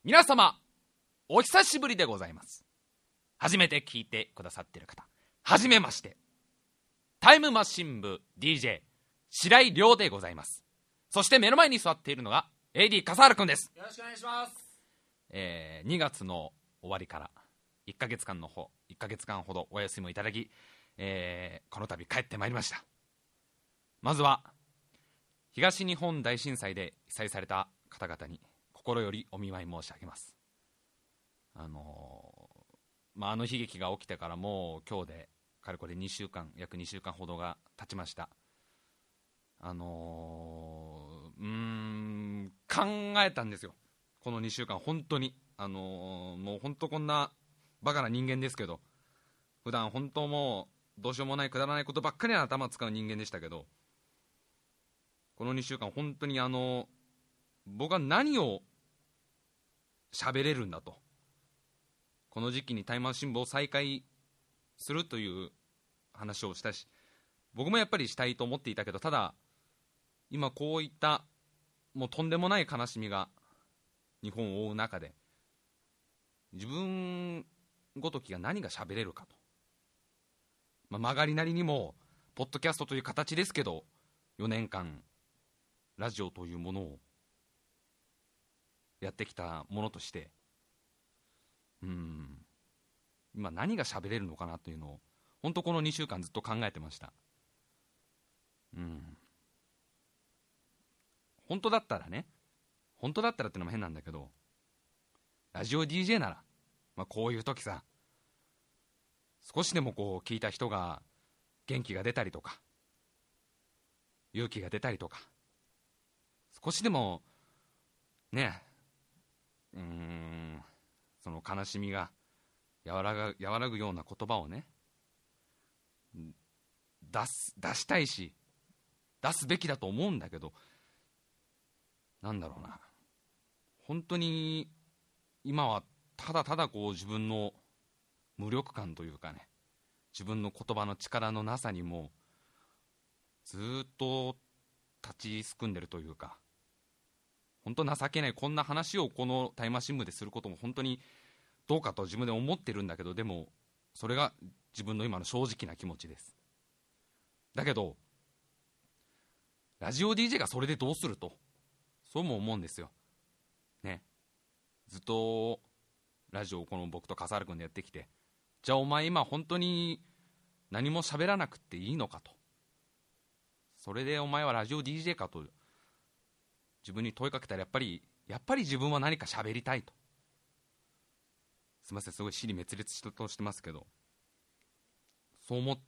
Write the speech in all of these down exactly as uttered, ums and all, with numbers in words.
皆様お久しぶりでございます。初めて聞いてくださっている方、はじめまして。タイムマシン部 ディージェー 白井亮でございます。そして目の前に座っているのが エーディー 笠原くんです。 よろしくお願いします。 えー、にがつの終わりからいっかげつかんの方いっかげつかんほどお休みをいただき、えー、この度帰ってまいりました。まずは東日本大震災で被災された方々に心よりお見舞い申し上げます。あのーまあ、あの悲劇が起きてからもう今日でかれこれにしゅうかん約にしゅうかんほどが経ちました。あのー、うーん考えたんですよ、このにしゅうかん。本当にあのー、もう本当こんなバカな人間ですけど、普段本当もうどうしようもないくだらないことばっかり頭使う人間でしたけど、このにしゅうかん本当にあの僕は何を喋れるんだと、この時期にタイマー新聞を再開するという話をしたし、僕もやっぱりしたいと思っていたけど、ただ今こういったもうとんでもない悲しみが日本を覆う中で、自分ごときが何が喋れるかと、まあ、曲がりなりにもポッドキャストという形ですけどよねんかんラジオというものをやってきたものとして、うーん今何が喋れるのかなというのを本当このにしゅうかんずっと考えてました。うん本当だったらね、本当だったらってのも変なんだけど、ラジオ ディージェー なら、まあ、こういう時さ、少しでもこう聞いた人が元気が出たりとか勇気が出たりとか、少しでもね、うーんその悲しみが和らが和らぐような言葉をね出す出したいし出すべきだと思うんだけど、なんだろうな、本当に今はただただこう自分の無力感というかね、自分の言葉の力のなさにもずっと立ちすくんでるというか、本当情けない、こんな話をこのタイマー新聞ですることも本当にどうかと自分で思ってるんだけど、でもそれが自分の今の正直な気持ちです。だけどラジオ ディージェー がそれでどうすると、そうも思うんですよね。ずっとラジオをこの僕と笠原君でやってきて、じゃあお前今本当に何も喋らなくていいのかと、それでお前はラジオ ディージェー かと自分に問いかけたら、やっぱりやっぱり自分は何か喋りたいと。すみません、すごい支離滅裂としてますけど、そう思って、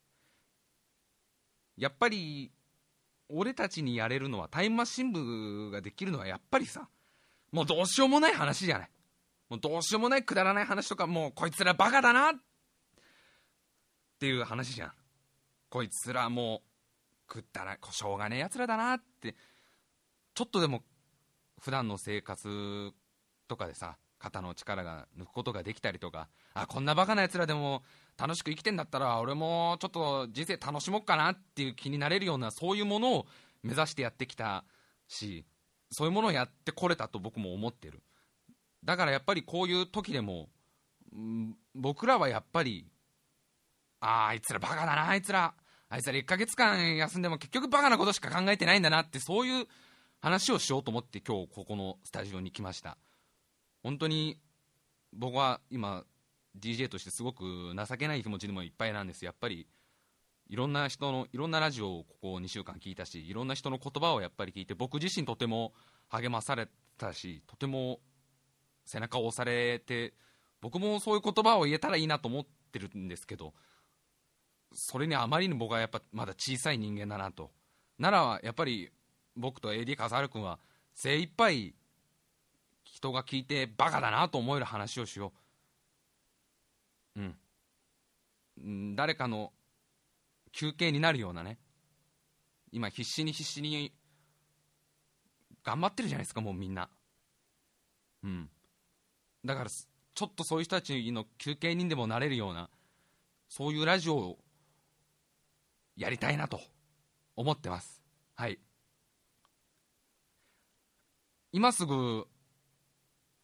やっぱり俺たちにやれるのは、タイムマシン部ができるのはやっぱりさ、もうどうしようもない話じゃない。もうどうしようもないくだらない話とか、もうこいつらバカだなっていう話じゃん。こいつらもうくったらしょうがねえやつらだなって、ちょっとでも普段の生活とかでさ、肩の力が抜くことができたりとか、あ、こんなバカなやつらでも楽しく生きてんだったら俺もちょっと人生楽しもうかなっていう気になれるような、そういうものを目指してやってきたし、そういうものをやってこれたと僕も思ってる。だからやっぱりこういう時でも、ん僕らはやっぱり、ああいつらバカだな、あいつらあいつらいっかげつかん休んでも結局バカなことしか考えてないんだなって、そういう話をしようと思って今日ここのスタジオに来ました。本当に僕は今 ディージェー としてすごく情けない気持ちでもいっぱいなんです。やっぱりいろんな人のいろんなラジオをここにしゅうかん聞いたし、いろんな人の言葉をやっぱり聞いて、僕自身とても励まされたし、とても背中を押されて、僕もそういう言葉を言えたらいいなと思ってるんですけど、それにあまりに僕はやっぱまだ小さい人間だなと。ならやっぱり僕と エーディー 笠原君は精一杯人が聞いてバカだなと思える話をしよう。うん誰かの休憩になるようなね、今必死に必死に頑張ってるじゃないですか、もうみんな。うんだからちょっとそういう人たちの休憩にでもなれるような、そういうラジオをやりたいなと思ってます。はい、今すぐ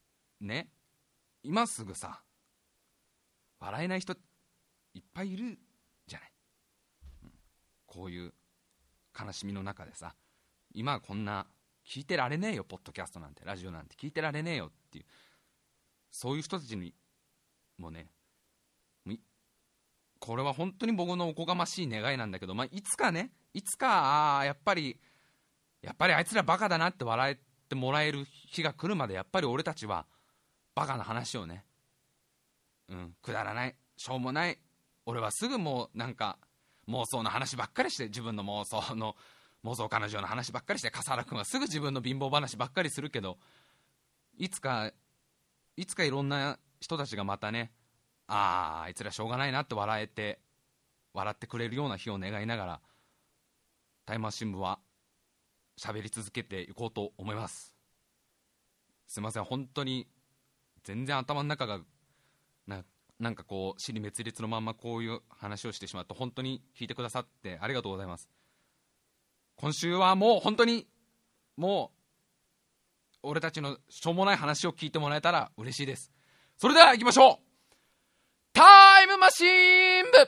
ね、今すぐさ笑えない人いっぱいいるじゃない、うん、こういう悲しみの中でさ、今こんな聞いてられねえよ、ポッドキャストなんてラジオなんて聞いてられねえよっていう、そういう人たちにもね、これは本当に僕のおこがましい願いなんだけど、まあ、いつかね、いつかあやっぱりやっぱりあいつらバカだなって笑えてもらえる日が来るまで、やっぱり俺たちはバカな話をね、うん、くだらない、しょうもない、俺はすぐもうなんか妄想の話ばっかりして、自分の妄想の妄想彼女の話ばっかりして、笠原君はすぐ自分の貧乏話ばっかりするけど、いつかいつかいろんな人たちがまたね、あああいつらしょうがないなって笑えて笑ってくれるような日を願いながら、タイムマシン部は喋り続けていこうと思います。すいません、本当に全然頭の中が な, なんかこう尻滅裂のまんまこういう話をしてしまって、本当に聞いてくださってありがとうございます。今週はもう本当にもう俺たちのしょうもない話を聞いてもらえたら嬉しいです。それでは行きましょう。タイムマシーン部。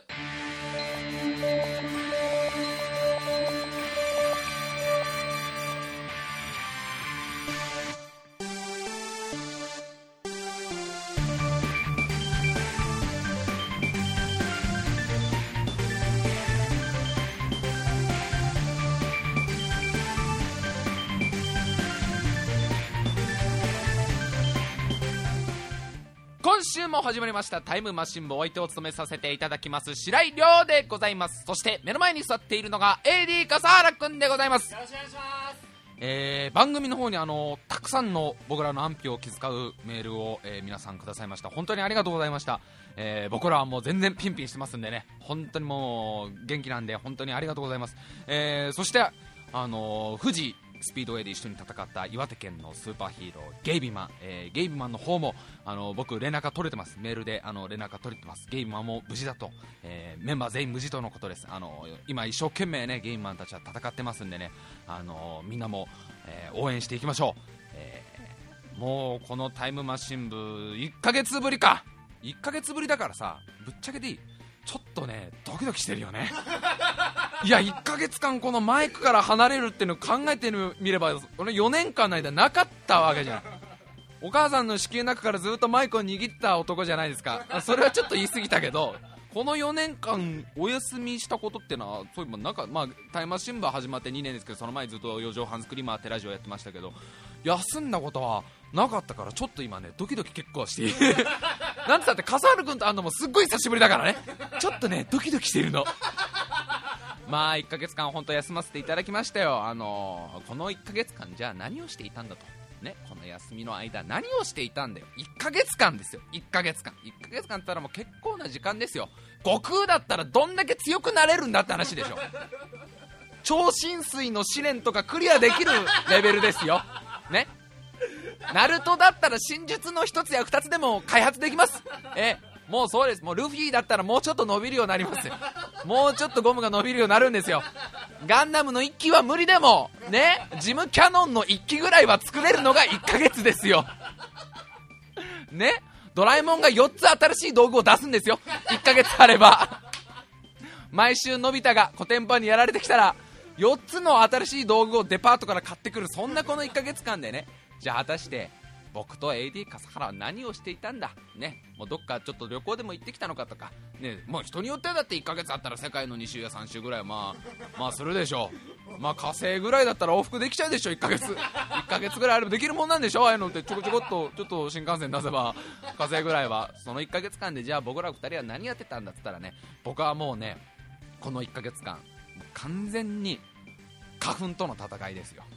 今週も始まりましたタイムマシン部、お相手を務めさせていただきます白井亮でございます。そして目の前に座っているのが エーディー 笠原くんでございます。 よろしくお願いします。 えー、番組の方にあのたくさんの僕らの安否を気遣うメールを、えー、皆さんくださいました。本当にありがとうございました。えー、僕らはもう全然ピンピンしてますんでね、本当にもう元気なんで本当にありがとうございます。えー、そしてあのー、富士スピードウェイで一緒に戦った岩手県のスーパーヒーローゲイビマン、えー、ゲイビマンの方もあの僕連絡が取れてます。メールであの連絡が取れてます。ゲイビマンも無事だと、えー、メンバー全員無事とのことです。あの今一生懸命ねゲイビマンたちは戦ってますんでね、あのみんなも、えー、応援していきましょう。えー、もうこのタイムマシン部いっかげつぶりか、いっかげつぶりだからさ、ぶっちゃけでいい、ちょっとねドキドキしてるよねいやいっかげつかんこのマイクから離れるっていうのを考えてみれば、俺よねんかんの間なかったわけじゃん。お母さんの子宮の中からずっとマイクを握った男じゃないですか。それはちょっと言い過ぎたけど、このよねんかんお休みしたことってのはそういえばなんか、まあ、タイムマシン部始まってにねんですけど、その前ずっとよじょうはんスクリーマーってラジオやってましたけど、休んだことはなかったから、ちょっと今ねドキドキ結構しているなんて言ったって笠原君と会うのもすっごい久しぶりだからね、ちょっとねドキドキしているのまあいっかげつかん本当休ませていただきましたよ。あのー、このいっかげつかんじゃあ何をしていたんだとね、この休みの間何をしていたんだよ。いっかげつかんですよ。いっかげつかんいっかげつかんって言ったらもう結構な時間ですよ。悟空だったらどんだけ強くなれるんだって話でしょ超浸水の試練とかクリアできるレベルですよね。ナルトだったら真術の一つや二つでも開発できます。えもうそうです。もうルフィだったらもうちょっと伸びるようになりますよ。もうちょっとゴムが伸びるようになるんですよ。ガンダムのいっきは無理でもね、ジムキャノンのいっきぐらいは作れるのがいっかげつですよね。ドラえもんがよっつ新しい道具を出すんですよ、いっかげつあれば毎週のび太がコテンパンにやられてきたらよっつの新しい道具をデパートから買ってくる、そんなこのいっかげつかんでね。じゃあ果たして僕と エーディー 笠原は何をしていたんだね。もうどっかちょっと旅行でも行ってきたのかとかね。もう人によってはだっていっかげつあったら世界のにしゅうやさんしゅうぐらいはまあまあするでしょう。まあ火星ぐらいだったら往復できちゃうでしょ。いっかげついっかげつぐらいあればできるもんなんでしょ。ああいうのってちょこちょこっとちょっと新幹線出せば火星ぐらいは。そのいっかげつかんでじゃあ僕らふたりは何やってたんだって言ったらね、僕はもうねこのいっかげつかん完全に花粉との戦いですよ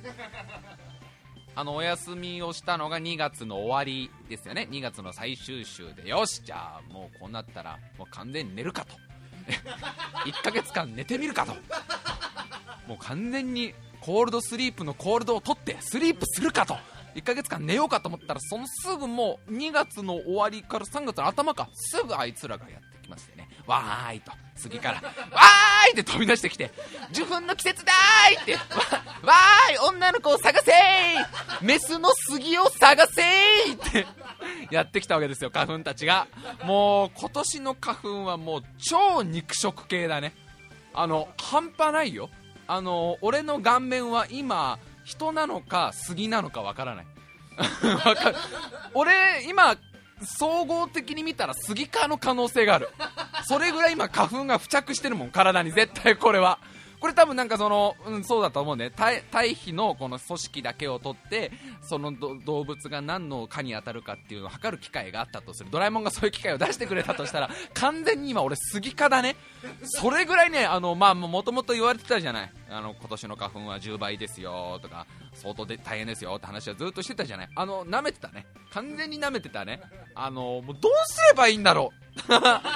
あのお休みをしたのがにがつの終わりですよね。にがつの最終週で、よしじゃあもうこうなったらもう完全に寝るかといっかげつかん寝てみるかと、もう完全にコールドスリープのコールドを取ってスリープするかと、いっかげつかん寝ようかと思ったら、そのすぐもうにがつの終わりからさんがつの頭かすぐあいつらがやってきましてね、わーいと次からわーいって飛び出してきて、受粉の季節だーいってわ, わーい女の子を探せー、メスの杉を探せーってやってきたわけですよ、花粉たちが。もう今年の花粉はもう超肉食系だね。あの半端ないよ。あの俺の顔面は今人なのか杉なのかわからないわかる。俺今総合的に見たらスギ科の可能性がある。それぐらい今花粉が付着してるもん、体に。絶対これはこれ多分なんかその、うん、そうだと思うね。体体皮のこの組織だけを取ってその動物が何の科に当たるかっていうのを測る機械があったとする。ドラえもんがそういう機械を出してくれたとしたら完全に今俺スギ科だね。それぐらいね、あのまあもともと言われてたじゃない、あの今年の花粉はじゅうばいですよとか相当で大変ですよって話はずっとしてたじゃない。あの舐めてたね、完全に舐めてたね。あのもうどうすればいいんだろう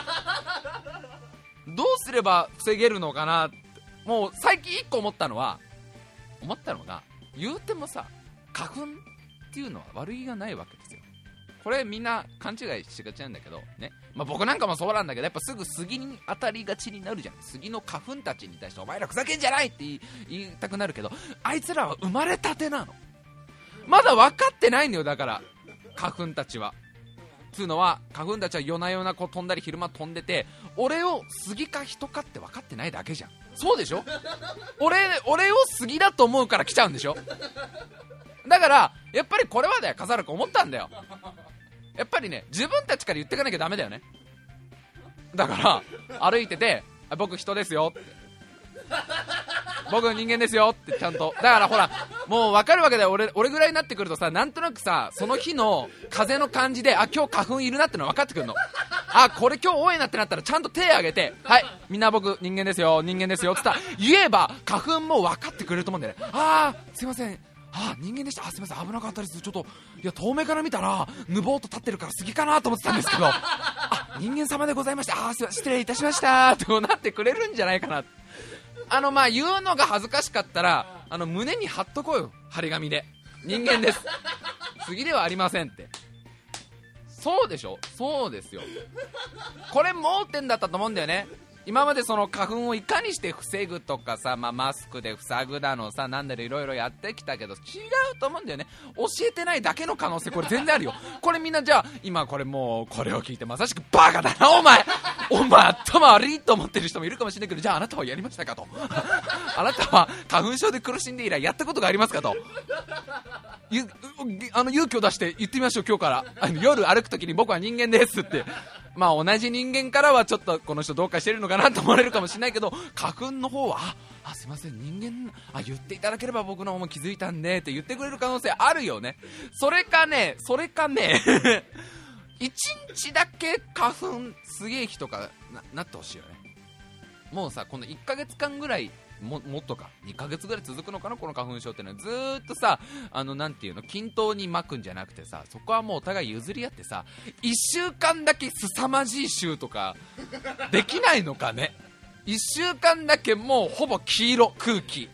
どうすれば防げるのかな。もう最近一個思ったのは思ったのが言うてもさ、花粉っていうのは悪気がないわけですよ。これみんな勘違いしがちなんだけどね、まあ、僕なんかもそうなんだけど、やっぱすぐ杉に当たりがちになるじゃん。杉の花粉たちに対してお前らふざけんじゃないって言い、言いたくなるけど、あいつらは生まれたてなの。まだ分かってないんだよ。だから花粉たちはつうのは、花粉たちは夜な夜なこう飛んだり昼間飛んでて、俺を杉か人かって分かってないだけじゃん。そうでしょ俺俺を杉だと思うから来ちゃうんでしょ。だからやっぱりこれはだよ、笠原君思ったんだよ。やっぱりね、自分たちから言ってかなきゃダメだよね。だから歩いてて僕人ですよって、僕人間ですよってちゃんと。だからほらもう分かるわけだよ。 俺, 俺ぐらいになってくるとさ、なんとなくさその日の風の感じで、あ今日花粉いるなっての分かってくるの。あこれ今日多いなってなったらちゃんと手挙げて、はいみんな僕人間ですよ人間ですよって言ったら言えば花粉も分かってくれると思うんだよね。あーすいません、あ人間でした、あすいません危なかったです、ちょっといや遠目から見たらぬぼーっと立ってるから杉かなと思ってたんですけどあ人間様でございました、あすいません失礼いたしましたってこうなってくれるんじゃないかな。あのまあ言うのが恥ずかしかったらあの胸に貼っとこうよ、張り紙で人間です杉ではありませんって。そうでしょ、そうですよ。これ盲点だったと思うんだよね。今までその花粉をいかにして防ぐとかさ、まあ、マスクで塞ぐだのさ、なんだろいろいろやってきたけど違うと思うんだよね。教えてないだけの可能性これ全然あるよ。これみんなじゃあ今これもうこれを聞いてまさしくバカだなお前お前頭悪いと思ってる人もいるかもしれないけど、じゃああなたはやりましたかとあなたは花粉症で苦しんで以来やったことがありますかとゆあの勇気を出して言ってみましょう。今日からあの夜歩くときに僕は人間ですって。まあ同じ人間からはちょっとこの人どうかしてるのかなと思われるかもしれないけど、花粉の方はああすいません人間あ言っていただければ僕の方も気づいたんでって言ってくれる可能性あるよね。それかねそれかね一日だけ花粉すげえ日とか な, なってほしいよね。もうさこのいっかげつかんぐらいも, もっとかにかげつぐらい続くのかな、この花粉症ってのは。ずーっとさあのなんていうの均等に巻くんじゃなくてさ、そこはもうお互い譲り合ってさいっしゅうかんだけ凄まじい週とかできないのかね。いっしゅうかんだけもうほぼ黄色空気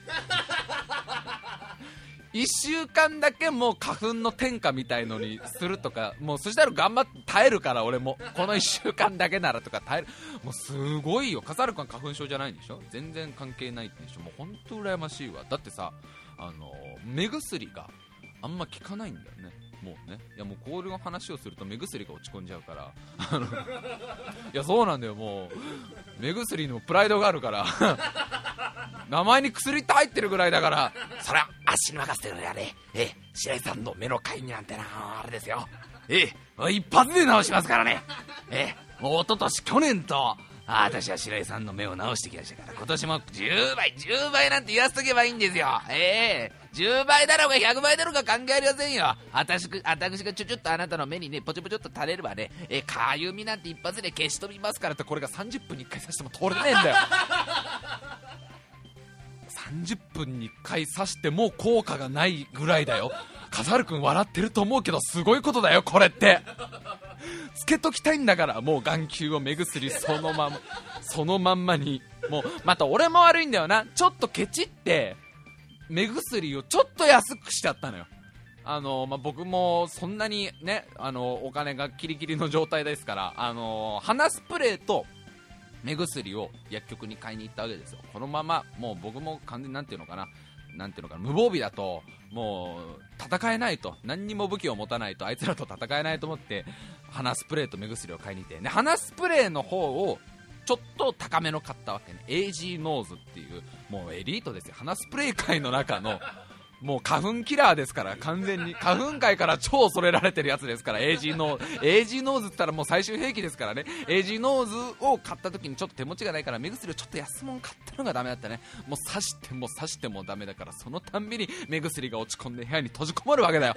いっしゅうかんだけもう花粉の天下みたいのにするとか、もうそしたら頑張って耐えるから俺もこのいっしゅうかんだけならとか耐える。もうすごいよ。笠原君は花粉症じゃないんでしょ、全然関係ないんでしょ。もう本当羨ましいわ。だってさあの目薬があんま効かないんだよね。もうねいやもうこういう話をすると目薬が落ち込んじゃうからあのいやそうなんだよ。もう目薬にもプライドがあるから名前に薬って入ってるぐらいだから、そりゃ足に任せてるやれ。ええ白井さんの目のかゆみなんてなあれですよ。ええ一発で治しますからね。ええもう一昨年去年とあ私は白井さんの目を治してきましたから、今年もじゅうばいじゅうばいなんて言わせとけばいいんですよ。ええじゅうばいだろうがひゃくばいだろうが関係ありませんよ。私私がちょちょっとあなたの目にねポチョポチョっと垂れればね、えかゆみなんて一発で消し飛びますからって。これがさんじゅっぷんにいっかい刺しても通れねえんだよさんじゅっぷんにいっかい刺しても効果がないぐらいだよ。笠原くん笑ってると思うけどすごいことだよこれって。つけときたいんだから、もう眼球を目薬そのままそのまんまに。もうまた俺も悪いんだよな。ちょっとケチって目薬をちょっと安くしちゃったのよ。あの、まあ、僕もそんなにねあのお金がキリキリの状態ですから、あの鼻スプレーと目薬を薬局に買いに行ったわけですよ。このままもう僕も完全になんていうのかななんていうのかな無防備だともう戦えないと、何にも武器を持たないとあいつらと戦えないと思って鼻スプレーと目薬を買いに行って、ね、鼻スプレーの方をちょっと高めの買ったわけね。 エージー ノーズっていうもうエリートですよ。鼻スプレー界の中のもう花粉キラーですから、完全に花粉界から超恐れられてるやつですから。 エージー ノーズ エージー ノーズって言ったらもう最終兵器ですからね。 エージー ノーズを買った時にちょっと手持ちがないから目薬をちょっと安物買ったのがダメだったね。もう刺しても刺してもダメだから、そのたんびに目薬が落ち込んで部屋に閉じこもるわけだよ。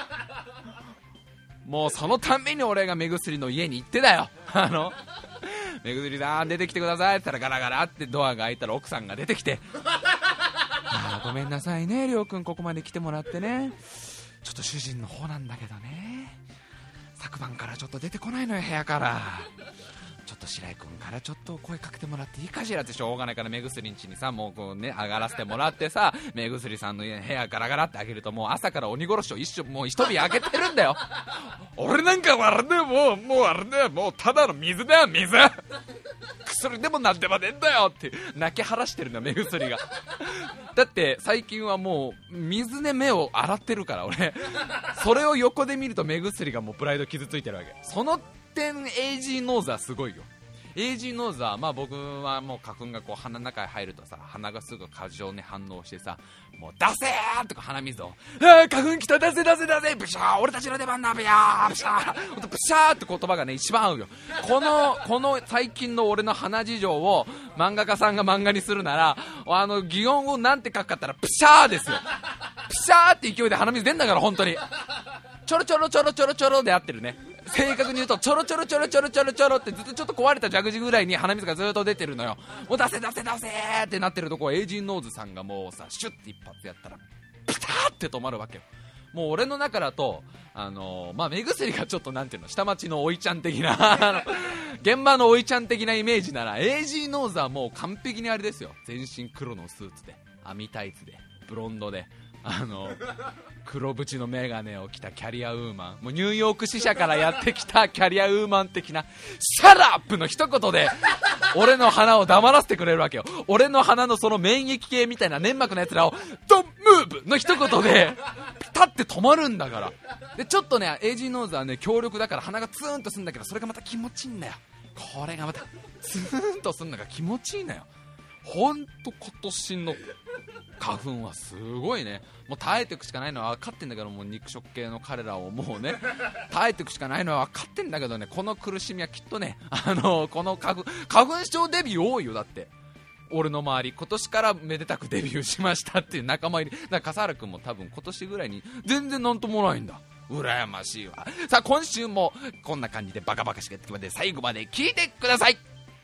もうそのたんびに俺が目薬の家に行ってだよ、あの目薬さん出てきてくださいって言ったらガラガラってドアが開いたら奥さんが出てきてあごめんなさいねりょうくんここまで来てもらってね、ちょっと主人の方なんだけどね昨晩からちょっと出てこないのよ部屋から、ちょっと白井君からちょっと声かけてもらっていいかしらって。しょうがないから目薬んちにさもうこうね上がらせてもらってさ、目薬さんの部屋ガラガラって開けるともう朝から鬼殺しを一緒もう一火開けてるんだよ俺なんかあれだよもうもうあれだよもうただの水だよ水薬でもなんでもねえんだよって泣き晴らしてるんだ目薬がだって最近はもう水で目を洗ってるから俺それを横で見ると目薬がもうプライド傷ついてるわけ。その点 エージー ノーズはすごいよ。エージー ノーズは、まあ、僕はもう花粉がこう鼻の中に入るとさ鼻がすぐ過剰に反応してさもう出せーとか鼻水をあ花粉来た出せ出せ出せブシャー俺たちの出番だブヤーブシャーブシャーって言葉がね一番合うよ。このこの最近の俺の鼻事情を漫画家さんが漫画にするならあの擬音をなんて書くかったらプシャーですよ。プシャーって勢いで鼻水出んだから本当にちょろちょろちょろちょろちょろで合ってるね。正確に言うとちょろちょろちょろちょろちょろちょろってずっとちょっと壊れた蛇口ぐらいに鼻水がずっと出てるのよ。もう出せ出せ出せってなってるとこエージーノーズさんがもうさシュッて一発やったらピターって止まるわけよ。もう俺の中だとあのー、まあ目薬がちょっとなんていうの下町のおいちゃん的な現場のおいちゃん的なイメージなら エージー ノーズはもう完璧にあれですよ。全身黒のスーツで網タイツでブロンドであの黒縁のメガネを着たキャリアウーマン、もうニューヨーク支社からやってきたキャリアウーマン的なシャラップの一言で俺の鼻を黙らせてくれるわけよ。俺の鼻のその免疫系みたいな粘膜のやつらをドンムーブの一言でピタって止まるんだから。でちょっとね エージー ノーズはね強力だから鼻がツーンとするんだけどそれがまた気持ちいいんだよ。これがまたツーンとするのが気持ちいいのよ。ほんと今年の花粉はすごいね。もう耐えていくしかないのは分かってんだけどもう肉食系の彼らをもうね耐えていくしかないのは分かってんだけどねこの苦しみはきっとねあのこの花粉花粉症デビュー多いよ。だって俺の周り今年からめでたくデビューしましたっていう仲間入りだから笠原君も多分今年ぐらいに全然なんともないんだ。羨ましいわ。さあ今週もこんな感じでバカバカしくやってきまで最後まで聞いてください。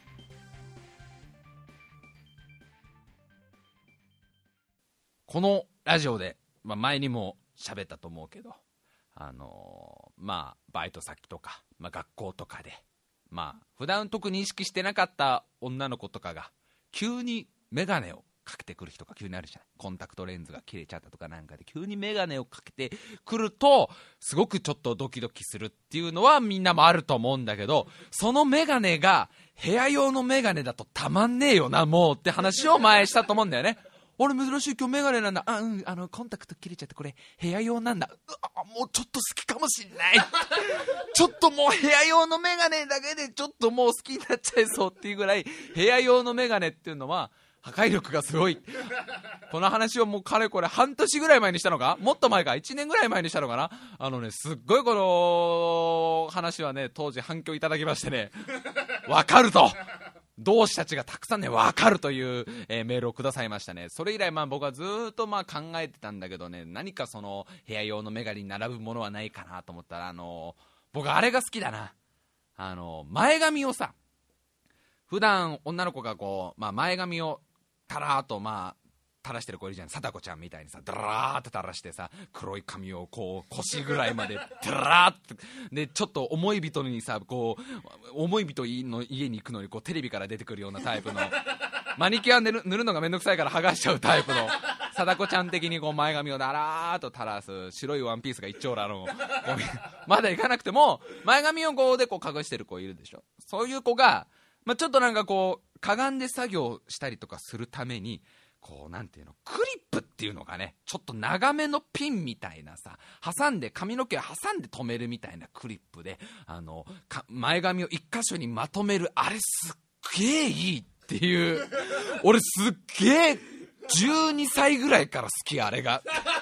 このラジオで、まあ、前にも喋ったと思うけど、あのー、まあバイト先とか、まあ、学校とかで、まあ普段特に意識してなかった女の子とかが急にメガネをかけてくる人が急にあるじゃない。コンタクトレンズが切れちゃったとかなんかで急にメガネをかけてくるとすごくちょっとドキドキするっていうのはみんなもあると思うんだけど、そのメガネが部屋用のメガネだとたまんねえよなもうって話を前したと思うんだよね。俺珍しい今日メガネなんだ。あ、うん、あのコンタクト切れちゃってこれ部屋用なんだ。うわもうちょっと好きかもしんないちょっともう部屋用のメガネだけでちょっともう好きになっちゃいそうっていうぐらい部屋用のメガネっていうのは破壊力がすごいこの話をもうかれこれ半年ぐらい前にしたのかもっと前かいちねんぐらい前にしたのかな。あのねすっごいこの話はね当時反響いただきましてねわかると同志たちがたくさんね分かるという、えー、メールをくださいましたね。それ以来まあ僕はずっとまあ考えてたんだけどね、何かその部屋用のメガネに並ぶものはないかなと思ったら、あのー、僕あれが好きだな。あのー、前髪をさ普段女の子がこう、まあ、前髪をたらーっとまあ垂らしてる子いるじゃん。貞子ちゃんみたいにさダラーって垂らしてさ黒い髪をこう腰ぐらいまでダラーってでちょっと重い人にさこう重い人の家に行くのにこうテレビから出てくるようなタイプのマニキュア塗る、塗るのがめんどくさいから剥がしちゃうタイプの貞子ちゃん的にこう前髪をダラーっと垂らす白いワンピースが一丁羅のまだ行かなくても前髪をこうでこう隠してる子いるでしょ。そういう子がまあ、ちょっとなんかこうかがんで作業したりとかするためにこうなんていうのクリップっていうのがねちょっと長めのピンみたいなさ挟んで髪の毛を挟んで留めるみたいなクリップであのか前髪を一箇所にまとめるあれすっげえいいっていう俺すっげえじゅうにさいぐらいから好きあれが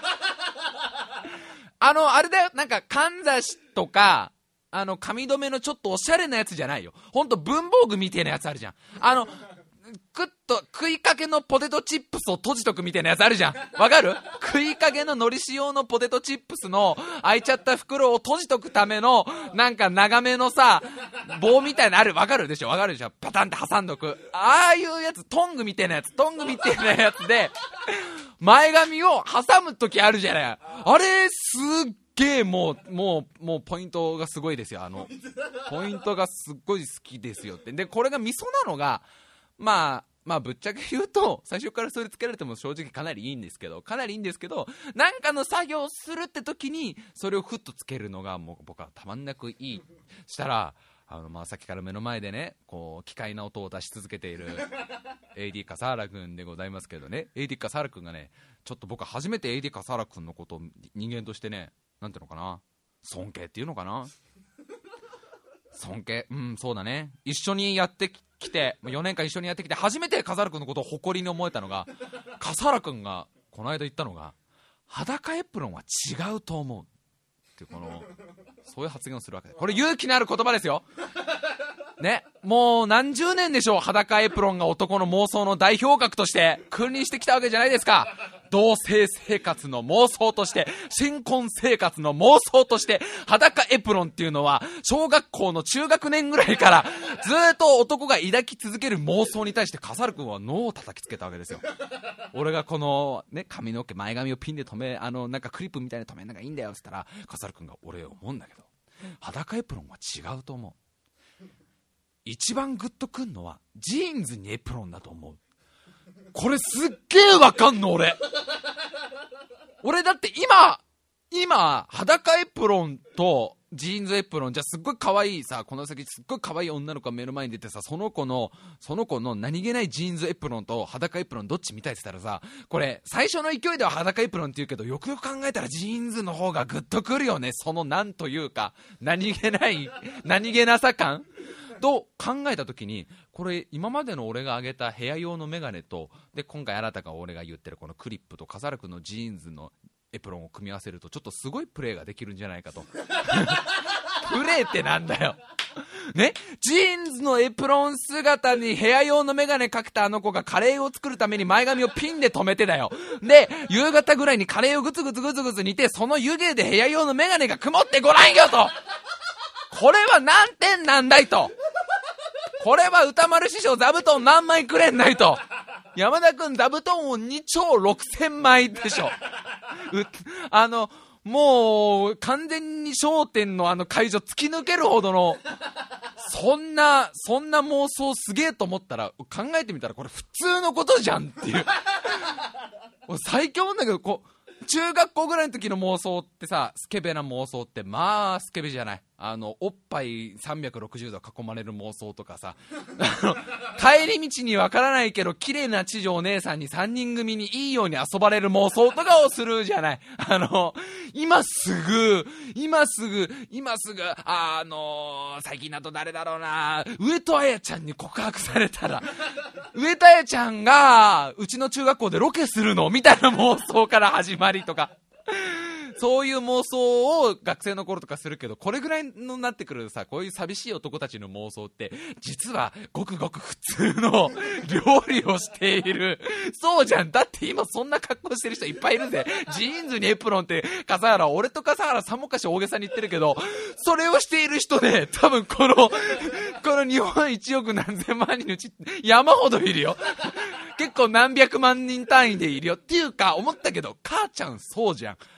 あのあれだよなんかかんざしとかあの髪留めのちょっとおしゃれなやつじゃないよほんと文房具みたいなやつあるじゃんあのクッと食いかけのポテトチップスを閉じとくみたいなやつあるじゃんわかる食いかけののり塩のポテトチップスの開いちゃった袋を閉じとくためのなんか長めのさ棒みたいなあるわかるでしょわかるでしょパタンって挟んどくああいうやつトングみたいなやつトングみたいなやつで前髪を挟むときあるじゃないあれすっげえもうもうもうポイントがすごいですよあのポイントがすっごい好きですよってでこれがミソなのがまあまあぶっちゃけ言うと最初からそれつけられても正直かなりいいんですけどかなりいいんですけどなんかの作業をするって時にそれをふっとつけるのがもう僕はたまんなくいいしたらあのまあさっきから目の前でねこう奇怪な音を出し続けている エーディー 笠原くんでございますけどね エーディー 笠原くんがねちょっと僕は初めて エーディー 笠原くんのことを人間としてねなんていうのかな尊敬っていうのかな尊敬うんそうだね一緒にやってきてよねんかん一緒にやってきて初めて笠原くんのことを誇りに思えたのが笠原くんがこの間言ったのが裸エプロンは違うと思うっていうこのそういう発言をするわけでこれ勇気のある言葉ですよねもう何十年でしょう裸エプロンが男の妄想の代表格として君臨してきたわけじゃないですか同性生活の妄想として新婚生活の妄想として裸エプロンっていうのは小学校の中学年ぐらいからずっと男が抱き続ける妄想に対して笠原君は脳を叩きつけたわけですよ俺がこのね髪の毛前髪をピンで留めあのなんかクリップみたいに留めるのがいいんだよって言ったら笠原君が俺思うんだけど裸エプロンは違うと思う一番グッとくんのはジーンズにエプロンだと思うこれすっげえわかんの俺俺だって今今裸エプロンとジーンズエプロンじゃすっごい可愛いさこの先すっごい可愛い女の子が目の前に出てさその子のその子の何気ないジーンズエプロンと裸エプロンどっち見たいって言ったらさこれ最初の勢いでは裸エプロンって言うけどよくよく考えたらジーンズの方がグッとくるよねそのなんというか何気ない何気なさ感と考えた時にこれ今までの俺が挙げた部屋用のメガネとで今回新たが俺が言ってるこのクリップと笠原君のジーンズのエプロンを組み合わせるとちょっとすごいプレーができるんじゃないかとプレーってなんだよねジーンズのエプロン姿に部屋用のメガネかけたあの子がカレーを作るために前髪をピンで留めてだよで夕方ぐらいにカレーをグツグツグツグツ煮てその湯気で部屋用のメガネが曇ってごらんよとこれは何点なんだいとこれは歌丸師匠座布団何枚くれんないと山田くん座布団をにちょうろくせんまいでしょあのもう完全に笑点のあの会場突き抜けるほどのそんなそんな妄想すげえと思ったら考えてみたらこれ普通のことじゃんっていう最強なんだけどこう中学校ぐらいの時の妄想ってさスケベな妄想ってまあスケベじゃないあのおっぱいさんびゃくろくじゅうど囲まれる妄想とかさあの帰り道にわからないけど綺麗な知女お姉さんにさんにん組にいいように遊ばれる妄想とかをするじゃないあの今すぐ今すぐ今すぐあのー、最近だと誰だろうな上戸彩ちゃんに告白されたら上戸彩ちゃんがうちの中学校でロケするのみたいな妄想から始まりとかそういう妄想を学生の頃とかするけどこれぐらいのなってくるさこういう寂しい男たちの妄想って実はごくごく普通の料理をしているそうじゃんだって今そんな格好してる人いっぱいいるぜジーンズにエプロンって笠原俺と笠原さもかし大げさに言ってるけどそれをしている人で多分このこの日本いちおく何千万人のうち山ほどいるよ結構何百万人単位でいるよっていうか思ったけど母ちゃんそうじゃん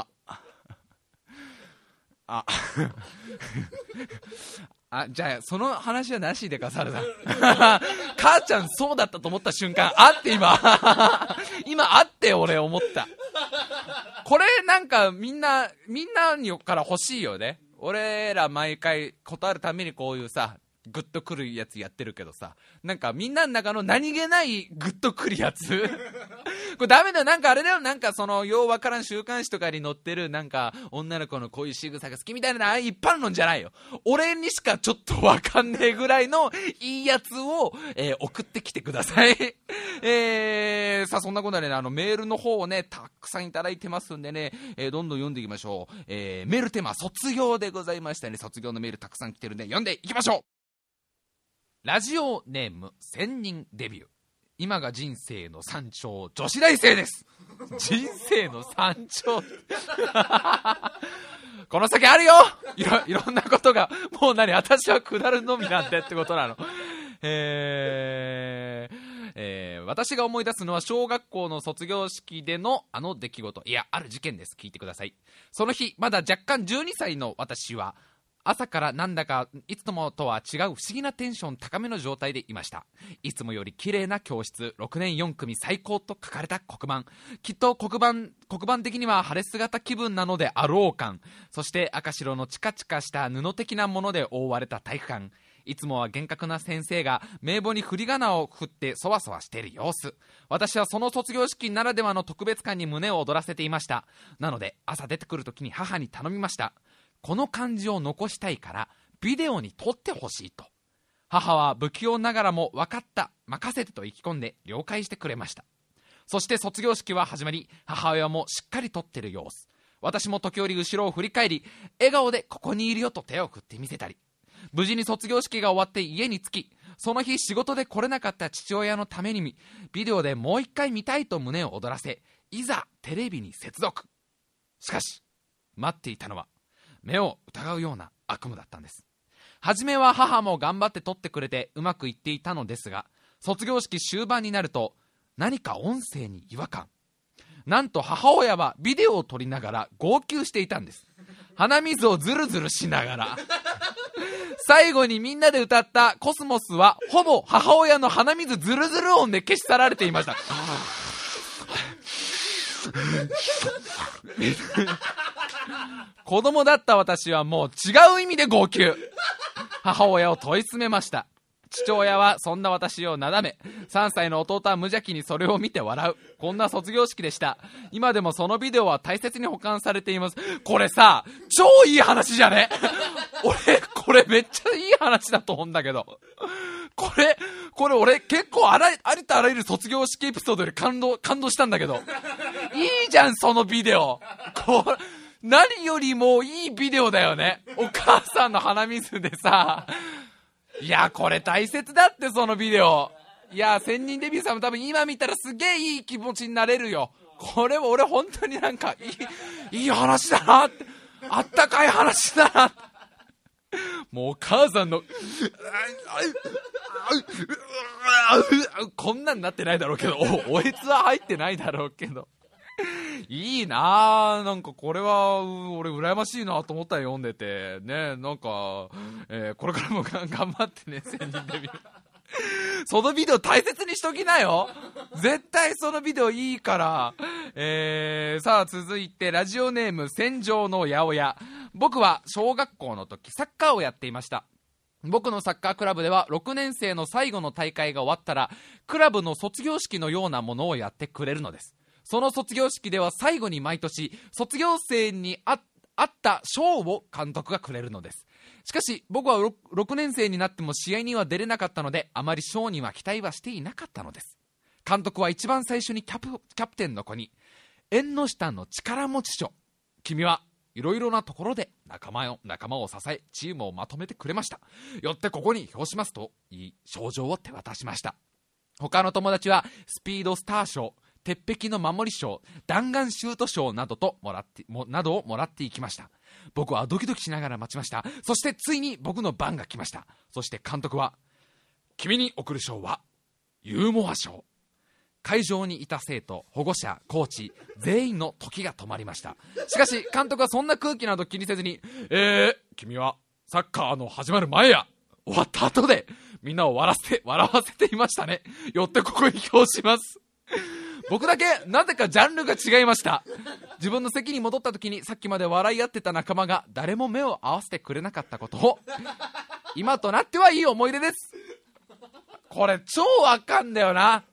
ああじゃあその話はなしで笠原さん母ちゃんそうだったと思った瞬間あって今今あって俺思ったこれなんかみんなみんなにから欲しいよね俺ら毎回断るためにこういうさグッとくるやつやってるけどさ、なんかみんなの中の何気ないグッとくるやつこれダメだよ。なんかあれだよ、なんかそのようわからん週刊誌とかに載ってるなんか女の子のこういう仕草が好きみたいな一般論じゃないよ。俺にしかちょっとわかんねえぐらいのいいやつを、えー、送ってきてくださいえー、さあそんなことでね、あのメールの方をねたくさんいただいてますんでね、えー、どんどん読んでいきましょう。えー、メールテーマ卒業でございましたね。卒業のメールたくさん来てるんで読んでいきましょう。ラジオネーム千人デビュー。今が人生の山頂、女子大生です。人生の山頂この先あるよ。い ろ, いろんなことがもう何、私は下るのみなんてってことなの。えーえー、私が思い出すのは小学校の卒業式でのあの出来事、いやある事件です。聞いてください。その日まだ若干じゅうにさいの私は朝からなんだかいつもとは違う不思議なテンション高めの状態でいました。いつもより綺麗な教室、ろくねんよん組最高と書かれた黒板、きっと黒板黒板的には晴れ姿気分なのであろう感、そして赤白のチカチカした布的なもので覆われた体育館、いつもは厳格な先生が名簿に振り仮名を振ってそわそわしている様子。私はその卒業式ならではの特別感に胸を躍らせていました。なので朝出てくるときに母に頼みました。この漢字を残したいからビデオに撮ってほしいと。母は不器用ながらも分かった、任せてと意気込んで了解してくれました。そして卒業式は始まり、母親もしっかり撮ってる様子。私も時折後ろを振り返り、笑顔でここにいるよと手を振ってみせたり。無事に卒業式が終わって家に着き、その日仕事で来れなかった父親のためにビデオでもう一回見たいと胸を躍らせ、いざテレビに接続。しかし待っていたのは目を疑うような悪夢だったんです。初めは母も頑張って撮ってくれてうまくいっていたのですが、卒業式終盤になると何か音声に違和感。なんと母親はビデオを撮りながら号泣していたんです。鼻水をズルズルしながら最後にみんなで歌ったコスモスはほぼ母親の鼻水ズルズル音で消し去られていました子供だった私はもう違う意味で号泣。母親を問い詰めました。父親はそんな私をなだめ、さんさいの弟は無邪気にそれを見て笑う。こんな卒業式でした。今でもそのビデオは大切に保管されています。これさ、超いい話じゃね俺これめっちゃいい話だと思うんだけど、これこれ俺結構あらありとあらゆる卒業式エピソードで感動感動したんだけど、いいじゃんそのビデオ。これ何よりもいいビデオだよね。お母さんの鼻水でさ、いやこれ大切だってそのビデオ。いや千人デビューさんも多分今見たらすげえいい気持ちになれるよ。これ俺本当になんかいいいい話だなって、あったかい話だなって。もうお母さんのこんなんなってないだろうけど、おえつは入ってないだろうけど、いいなぁ。なんかこれは俺羨ましいなと思ったよ、読んでてね。なんか、えー、これからも頑張ってね、千人デビューそのビデオ大切にしときなよ。絶対そのビデオいいから。えー、さあ続いてラジオネーム戦場の八百屋。僕は小学校の時サッカーをやっていました。僕のサッカークラブではろくねん生の最後の大会が終わったらクラブの卒業式のようなものをやってくれるのです。その卒業式では最後に毎年卒業生にあった賞を監督がくれるのです。しかし僕は 6, ろくねん生になっても試合には出れなかったので、あまり賞には期待はしていなかったのです。監督は一番最初にキャプ、キャプテンの子に、縁の下の力持ち賞、君はいろいろなところで仲間を仲間を支えチームをまとめてくれました、よってここに表しますと言い賞状を手渡しました。他の友達はスピードスター賞、鉄壁の守り賞、弾丸シュート賞などともらってもなどをもらっていきました。僕はドキドキしながら待ちました。そしてついに僕の番が来ました。そして監督は、君に贈る賞はユーモア賞。会場にいた生徒、保護者、コーチ全員の時が止まりました。しかし監督はそんな空気など気にせずに、えー、君はサッカーの始まる前や終わった後でみんなを笑わせて笑わせていましたね。よってここに表します。僕だけなぜかジャンルが違いました。自分の席に戻った時にさっきまで笑い合ってた仲間が誰も目を合わせてくれなかったことを今となってはいい思い出です。これ超あかんだよな。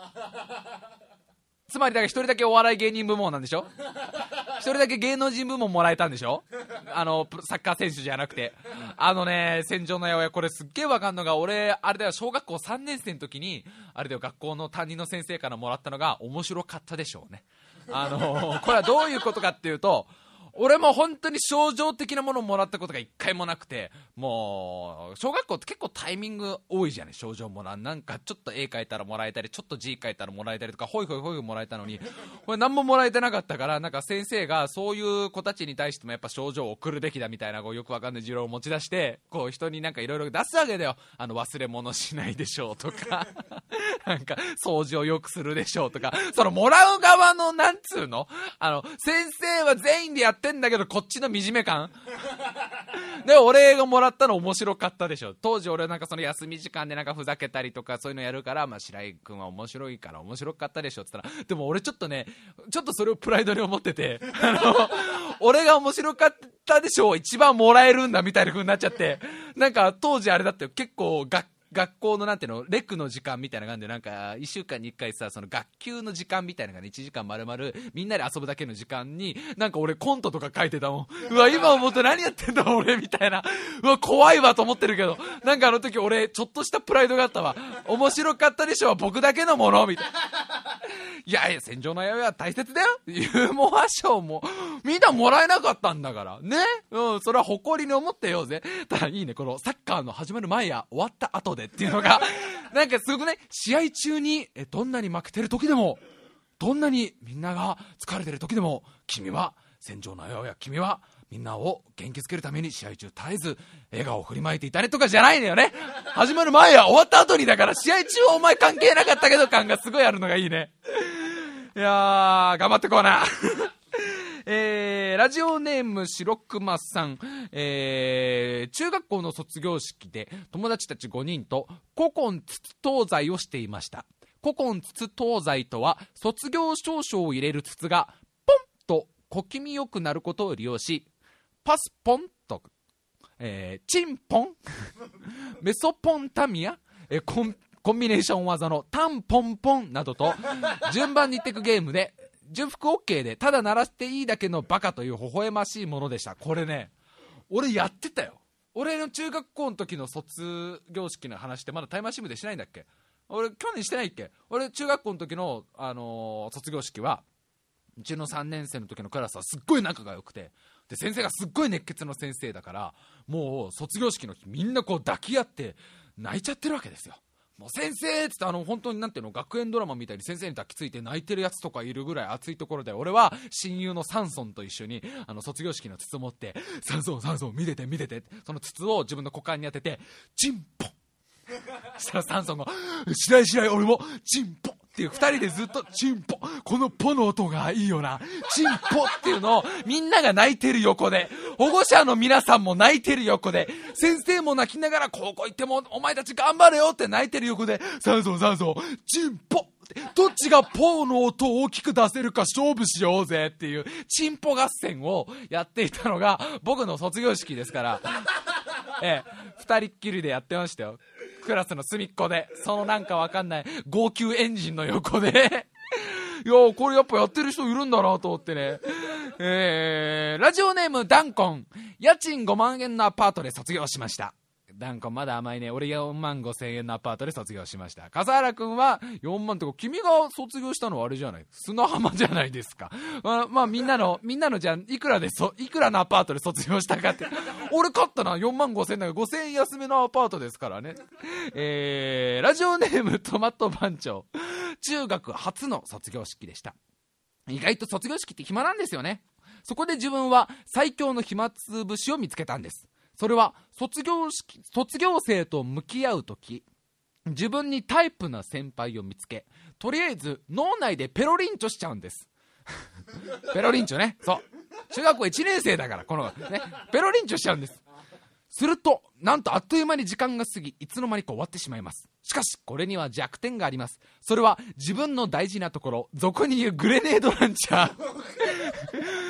つまりだから一人だけお笑い芸人部門なんでしょ。一人だけ芸能人部門もらえたんでしょ。あのサッカー選手じゃなくて。あのね、戦場の八百屋、これすっげえわかんのが、俺あれだよ、小学校さんねん生の時にあれだよ、学校の担任の先生からもらったのが面白かったでしょうね。あのこれはどういうことかっていうと、俺も本当に症状的なものをもらったことが一回もなくて、もう小学校って結構タイミング多いじゃない。症状もらう、なんかちょっと絵描いたらもらえたり、ちょっと字書いたらもらえたりとか、ホイホイホイもらえたのに、これ何ももらえてなかったから、なんか先生がそういう子たちに対してもやっぱ症状を送るべきだみたいな、こうよくわかんない持論を持ち出して、こう人になんかいろいろ出すわけだよ。あの忘れ物しないでしょうとかなんか掃除をよくするでしょうとか、そのもらう側のなんつうの、あの先生は全員でやってんだけど、こっちの惨め感で、俺がもらったの面白かったでしょ。当時俺なんかその休み時間でなんかふざけたりとかそういうのやるから、まあ白井君は面白いから面白かったでしょって言ったら、でも俺ちょっとね、ちょっとそれをプライドに思ってて、あの俺が面白かったでしょ一番もらえるんだみたいな風になっちゃって、なんか当時あれだって結構学学校のなんていうの、レクの時間みたいな感じで、なんかいっしゅうかんにいっかいさ、その学級の時間みたいなのがね、いちじかん丸々みんなで遊ぶだけの時間に、なんか俺コントとか書いてたもん。うわ、今思って何やってんだ俺みたいな。うわ、怖いわと思ってるけど、なんかあの時俺ちょっとしたプライドがあったわ。面白かったでしょ、僕だけのものみたいな。いやいや、戦場の八百屋は大切だよ。ユーモア賞もみんなもらえなかったんだからね。うん、それは誇りに思ってようぜ。ただいいね、このサッカーの始まる前や終わった後でっていうのがなんかすごくね、試合中にえどんなに負けてる時でも、どんなにみんなが疲れてる時でも、君は戦場の八百屋、君はみんなを元気づけるために試合中絶えず笑顔を振りまいていたねとかじゃないのよね。始まる前や終わった後にだから、試合中はお前関係なかったけど感がすごいあるのがいいね。いやー、頑張ってこうなえー、ラジオネーム白熊さん、えー、中学校の卒業式で友達たちごにんと古今筒東西をしていました。古今筒東西とは、卒業証書を入れる筒がポンと小気味よくなることを利用し、パスポンと、えー、チンポンメソポンタミア、えー、コンコンビネーション技のタンポンポンなどと順番に言っていくゲームで、順服 OK でただ鳴らしていいだけのバカという微笑ましいものでした。これね、俺やってたよ。俺の中学校の時の卒業式の話ってまだタイマーシムでしないんだっけ。俺去年してないっけ。俺中学校の時の、あのー、卒業式はうちのさんねん生の時のクラスはすっごい仲が良くて、で先生がすっごい熱血の先生だから、もう卒業式の日みんなこう抱き合って泣いちゃってるわけですよ。もう先生っつって、あの本当になんていうの、学園ドラマみたいに先生に抱きついて泣いてるやつとかいるぐらい熱いところで、俺は親友のサンソンと一緒にあの卒業式の筒を持って、サンソンサンソン見てて見てて、その筒を自分の股間に当ててチンポンそしたらサンソンが白い白い、俺もチンポっていう、二人でずっとチンポ、このポの音がいいよな、チンポっていうのをみんなが泣いてる横で、保護者の皆さんも泣いてる横で、先生も泣きながら高校行ってもお前たち頑張れよって泣いてる横で、サンソンサンソンチンポ、どっちがポの音を大きく出せるか勝負しようぜっていうチンポ合戦をやっていたのが僕の卒業式ですから、ええ、二人っきりでやってましたよ。クラスの隅っこで、そのなんかわかんない号泣エンジンの横でいや、これやっぱやってる人いるんだなと思ってね。えー、ラジオネームダンコン、家賃ごまんえんのアパートで卒業しました。ダンコンまだ甘いね。俺よんまんごせんえんのアパートで卒業しました。笠原くんはよんまんとか、君が卒業したのはあれじゃない、砂浜じゃないですか。まあ、まあ、みんなのみんなのじゃあいくらでそいくらのアパートで卒業したかって俺勝ったな。よんまんごせんえんだからごせんえん安めのアパートですからね。えー、ラジオネームトマト番長、中学初の卒業式でした。意外と卒業式って暇なんですよね。そこで自分は最強の暇つぶしを見つけたんです。それは卒業式卒業生と向き合うとき、自分にタイプな先輩を見つけ、とりあえず脳内でペロリンチョしちゃうんですペロリンチョね、そう中学校いちねん生だからこの、ね、ペロリンチョしちゃうんです。するとなんとあっという間に時間が過ぎ、いつの間にか終わってしまいます。しかしこれには弱点があります。それは自分の大事なところ、俗に言うグレネードランチャー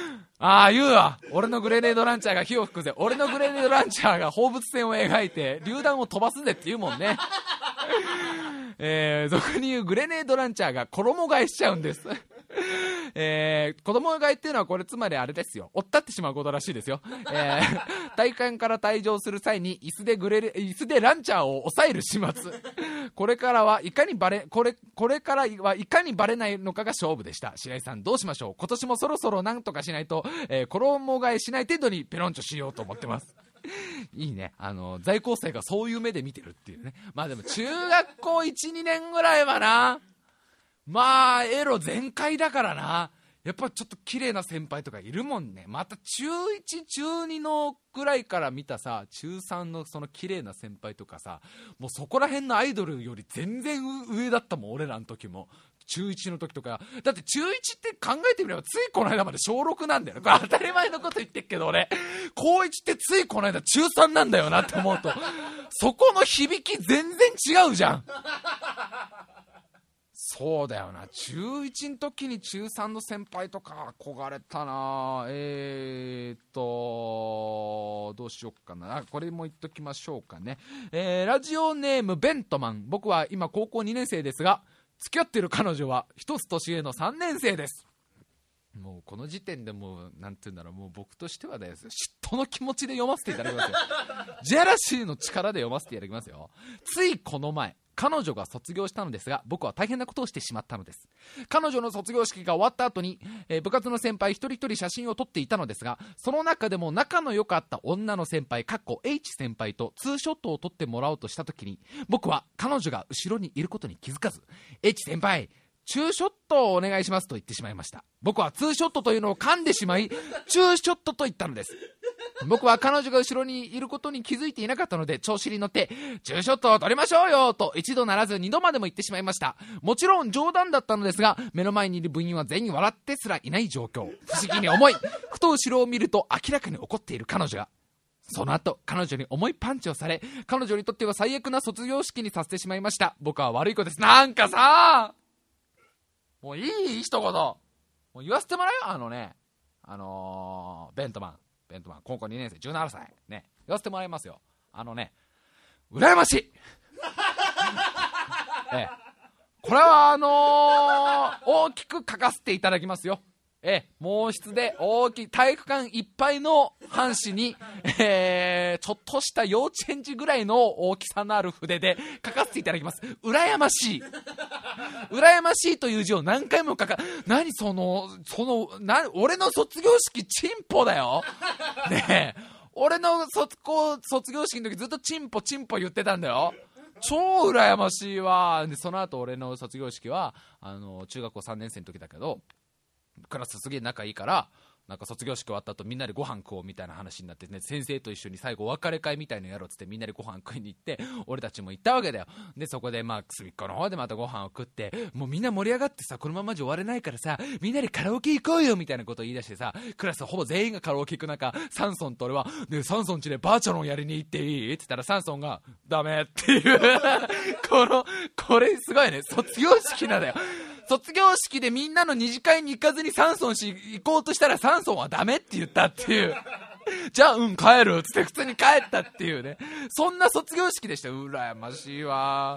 ああ言うわ、俺のグレネードランチャーが火を吹くぜ、俺のグレネードランチャーが放物線を描いて榴弾を飛ばすぜって言うもんねえー、俗に言うグレネードランチャーが衣替えしちゃうんですえー、子供がいっていうのはこれつまりあれですよ、追ったってしまうことらしいですよ、えー、体幹から退場する際に椅子でグレレ椅子でランチャーを抑える始末、これからはいかにバレこれこれからはいかにバレないのかが勝負でした。白井さんどうしましょう、今年もそろそろなんとかしないと、えー、衣替えしない程度にペロンチョしようと思ってますいいね、あの在校生がそういう目で見てるっていうね。まあでも中学校 いちにねんぐらいはな、まあエロ全開だからな、やっぱちょっと綺麗な先輩とかいるもんね。また中いち中にのぐらいから見たさ中さんのその綺麗な先輩とかさ、もうそこら辺のアイドルより全然上だったもん、俺らの時も中いちの時とか。だって中いちって考えてみればついこの間まで小ろくなんだよね。これ当たり前のこと言ってっけど俺高いちってついこの間中さんなんだよなって思うとそこの響き全然違うじゃんそうだよな、中いちの時に中さんの先輩とか憧れたな。えーっとどうしよっかな、これも言っときましょうかね。えー、ラジオネームベントマン、僕は今高校にねん生ですが付き合っている彼女は一つ年上のさんねん生です。もうこの時点でもうなんていうんだろう、もう僕としてはです嫉妬の気持ちで読ませていただきますよジェラシーの力で読ませていただきますよ。ついこの前彼女が卒業したのですが僕は大変なことをしてしまったのです。彼女の卒業式が終わった後に、えー、部活の先輩一人一人写真を撮っていたのですが、その中でも仲の良かった女の先輩かっこ H 先輩とツーショットを撮ってもらおうとした時に、僕は彼女が後ろにいることに気づかず H 先輩チューショットをお願いしますと言ってしまいました。僕はツーショットというのを噛んでしまいチューショットと言ったのです。僕は彼女が後ろにいることに気づいていなかったので調子に乗ってチューショットを撮りましょうよと一度ならず二度までも言ってしまいました。もちろん冗談だったのですが目の前にいる部員は全員笑ってすらいない状況、不思議に思いふと後ろを見ると明らかに怒っている彼女が。その後彼女に重いパンチをされ彼女にとっては最悪な卒業式にさせてしまいました。僕は悪い子です。なんかさもういい一言もう言わせてもらうよ。あのねあのー、ベントマンベントマン高校にねん生じゅうななさいね、言わせてもらいますよ。あのね羨ましいええ、これはあのー、大きく書かせていただきますよ。ええ、毛筆で大きい体育館いっぱいの半紙に、えー、ちょっとした幼稚園児ぐらいの大きさのある筆で書かせていただきます。羨ましい羨ましいという字を何回も書か何そのそのな俺の卒業式チンポだよねえ、俺の 卒, 卒業式の時ずっとチンポチンポ言ってたんだよ。超羨ましいわ。でその後俺の卒業式はあの中学校さんねん生の時だけどクラスすげえ仲いいからなんか卒業式終わった後みんなでご飯食おうみたいな話になってね、先生と一緒に最後お別れ会みたいのやろうっつってみんなでご飯食いに行って俺たちも行ったわけだよ。でそこでまあ隅っこの方でまたご飯を食ってもうみんな盛り上がってさこのままじゃ終われないからさみんなでカラオケ行こうよみたいなことを言い出してさクラスほぼ全員がカラオケ行く中サンソンと俺はでサンソン家でバーチャロンやりに行っていいって言ったらサンソンがダメっていうこのこれすごいね、卒業式なんだよ。卒業式でみんなの二次会に行かずにサンソンし行こうとしたらサンソンはダメって言ったっていうじゃあうん帰るっつって普通に帰ったっていうね、そんな卒業式でした。羨ましいわ。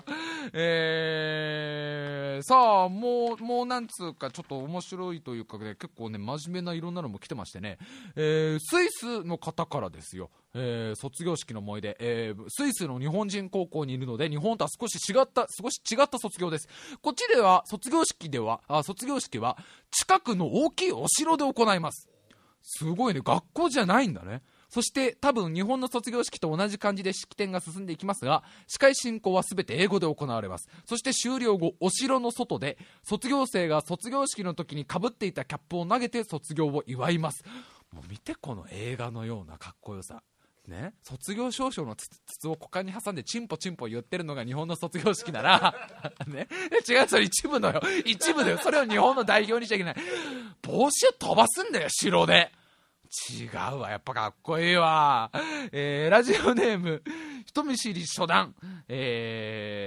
えー、さあもうもうなんつうかちょっと面白いというか、ね、結構ね真面目ないろんなのも来てましてね、えー、スイスの方からですよ。えー、卒業式の思い出、えー、スイスの日本人高校にいるので日本とは少し違った少し違った卒業です。こっちでは卒業式ではあ卒業式は近くの大きいお城で行います。すごいね、学校じゃないんだね。そして多分日本の卒業式と同じ感じで式典が進んでいきますが司会進行は全て英語で行われます。そして終了後お城の外で卒業生が卒業式の時にかぶっていたキャップを投げて卒業を祝います。もう見てこの映画のようなかっこよさね、卒業証書の筒を股間に挟んでチンポチンポ言ってるのが日本の卒業式なら、ね、違う、それ一部のよ一部だよ。それを日本の代表にしちゃいけない。帽子を飛ばすんだよ城で。違うわ、やっぱかっこいいわ。えー、ラジオネーム人見知り初段、え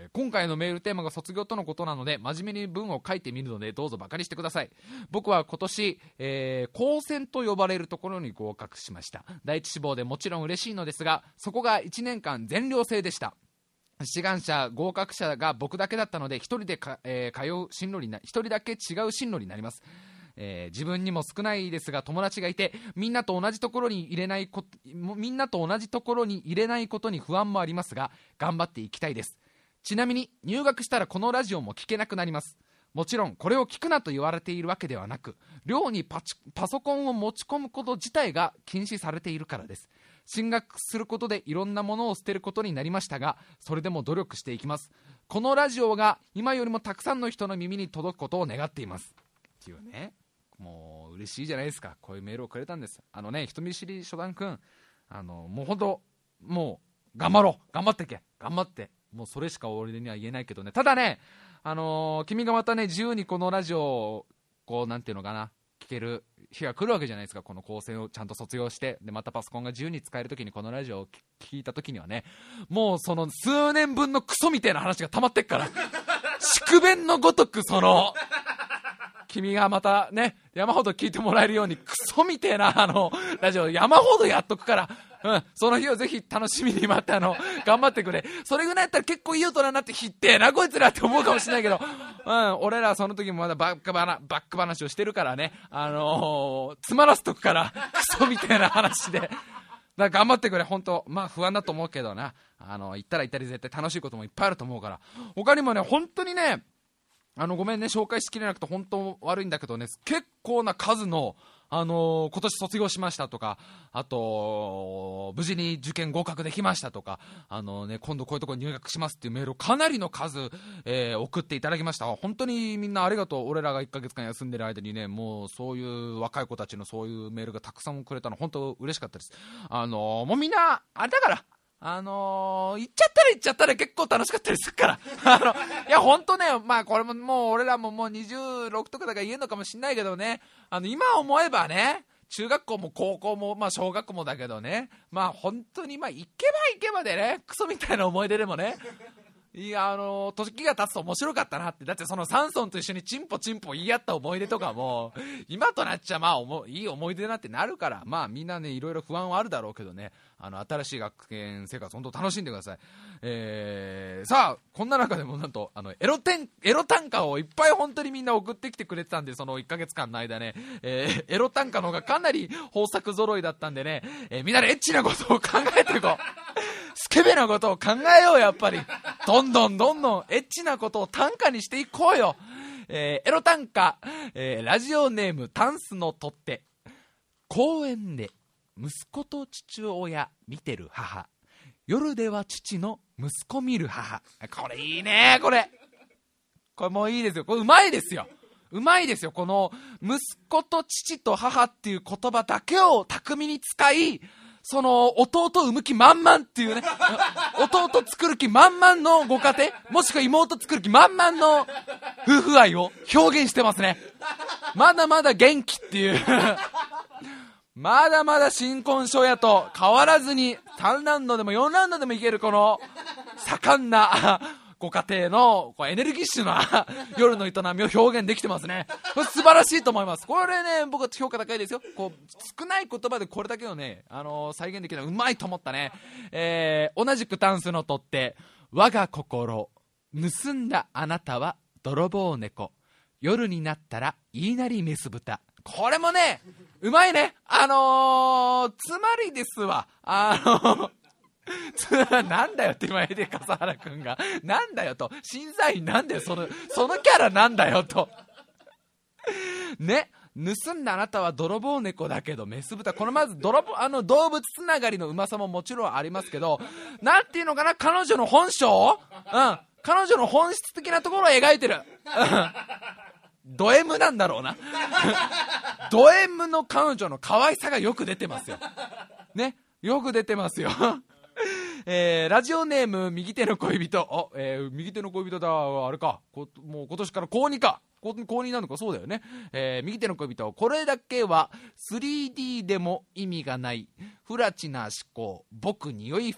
ー、今回のメールテーマが卒業とのことなので真面目に文を書いてみるのでどうぞバカにしてください。僕は今年、えー、高専と呼ばれるところに合格しました。第一志望でもちろん嬉しいのですが、そこがいちねんかん全寮制でした。志願者合格者が僕だけだったので一人でか、えー、通う進路にな一人だけ違う進路になります。えー、自分にも少ないですが友達がいて、みんなと同じところに入れないこみんなと同じところに入れないことに不安もありますが、頑張っていきたいです。ちなみに入学したらこのラジオも聞けなくなります。もちろんこれを聞くなと言われているわけではなく、寮に パ, チパソコンを持ち込むこと自体が禁止されているからです。進学することでいろんなものを捨てることになりましたが、それでも努力していきます。このラジオが今よりもたくさんの人の耳に届くことを願っていますっていうね。もう嬉しいじゃないですか。こういうメールをくれたんです。あのね、人見知り初段くん、あのもうほんともう頑張ろう、頑張ってけ、頑張って、もうそれしか俺には言えないけどね。ただね、あのー、君がまたね自由にこのラジオをこうなんていうのかな、聞ける日が来るわけじゃないですか。この高専をちゃんと卒業して、でまたパソコンが自由に使えるときにこのラジオを聞いたときにはね、もうその数年分のクソみたいな話が溜まってっから宿便のごとくその君がまたね山ほど聞いてもらえるようにクソみてえなあのラジオ山ほどやっとくから、うん、その日をぜひ楽しみに待ってあの頑張ってくれ。それぐらいやったら結構いい大人になってひってえなこいつらって思うかもしれないけど、うん、俺らその時もまだバックバナバック話をしてるからね、あのー、つまらすとくからクソみたいな話でだから頑張ってくれ。本当まあ不安だと思うけどな、あの行ったら行ったり絶対楽しいこともいっぱいあると思うから。他にもね本当にね、あのごめんね紹介しきれなくて本当悪いんだけどね、結構な数の、あのー、今年卒業しましたとか、あと無事に受験合格できましたとか、あのーね、今度こういうところに入学しますっていうメールをかなりの数、えー、送っていただきました。本当にみんなありがとう。俺らがいっかげつかん休んでる間にね、もうそういう若い子たちのそういうメールがたくさんくれたの本当嬉しかったです。あのー、もうみんなあれだから、あのー、行っちゃったら行っちゃったら結構楽しかったりするからあのいや本当ね、まあこれももう俺らももうにじゅうろくとかだから言えるのかもしんないけどね、あの今思えばね、中学校も高校もまあ小学校もだけどね、まあ本当にまあ行けば行けばでね、クソみたいな思い出でもね、いやあのー、時が経つと面白かったなって。だってそのサンソンと一緒にチンポチンポ言い合った思い出とかも今となっちゃまあおもいい思い出だなってなるから、まあみんなねいろいろ不安はあるだろうけどね、あの新しい学園生活本当楽しんでください。えー、さあこんな中でもなんとあのエロテンエロ短歌をいっぱい本当にみんな送ってきてくれてたんで、そのいっかげつかんの間ね、えー、エロ短歌の方がかなり豊作揃いだったんでね、えー、みんなでエッチなことを考えていこうスケベなことを考えよう。やっぱりどんどんどんどんエッチなことを短歌にしていこうよ。えー、エロ短歌、えー、ラジオネームタンスの取っ手。公園で息子と父親見てる母、夜では父の息子見る母。これいいね。これこれもういいですよ。これうまいですよ。うまいですよ。この息子と父と母っていう言葉だけを巧みに使い、その弟を産む気満々っていうね弟作る気満々のご家庭、もしくは妹作る気満々の夫婦愛を表現してますね。まだまだ元気っていうまだまだ新婚書やと変わらずにさんラウンドでもよんラウンドでもいけるこの盛んなご家庭のこうエネルギッシュな夜の営みを表現できてますね。これ素晴らしいと思います。これね僕は評価高いですよ。こう少ない言葉でこれだけをね、あのー、再現できるのうまいと思ったね。えー、同じくタンスの取って、我が心盗んだあなたは泥棒猫、夜になったら言いなりメス豚。これもねうまいね。あのー、つまりですわ、あのーなんだよって今で笠原くんがなんだよと、審査員なんだよそのそのキャラなんだよとね、盗んだあなたは泥棒猫だけどメス豚。このまず泥棒あの動物つながりのうまさももちろんありますけど、なんていうのかな、彼女の本性、うん彼女の本質的なところを描いてるド M なんだろうなド M の彼女の可愛さがよく出てますよね、よく出てますよえー、ラジオネーム右手の恋人。あ、えー、右手の恋人だ。あれかこもう今年から高にか高になるのか。そうだよね、えー、右手の恋人。これだけは スリーディー でも意味がない不ラチな思考、僕匂いフェチ。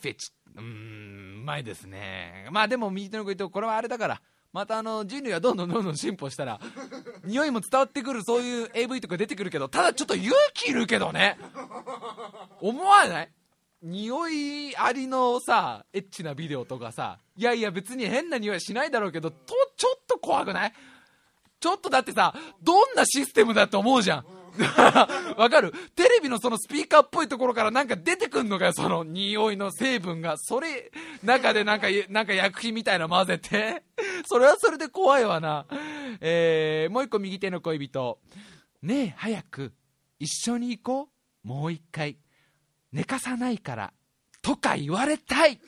うーんうまいですね。まあでも右手の声とこれはあれだから、またあの人類はどんどんどんどん進歩したら匂いも伝わってくる、そういう エーブイ とか出てくるけど、ただちょっと勇気いるけどね、思わない？匂いありのさエッチなビデオとかさ、いやいや別に変な匂いしないだろうけど、とちょっと怖くない？ちょっとだってさ、どんなシステムだと思うじゃんわかる？テレビのそのスピーカーっぽいところからなんか出てくんのかよ、その匂いの成分が。それ中でなんかなんか薬品みたいなの混ぜてそれはそれで怖いわな。えー、もう一個右手の恋人、ねえ早く一緒に行こう、もう一回寝かさないからとか言われたい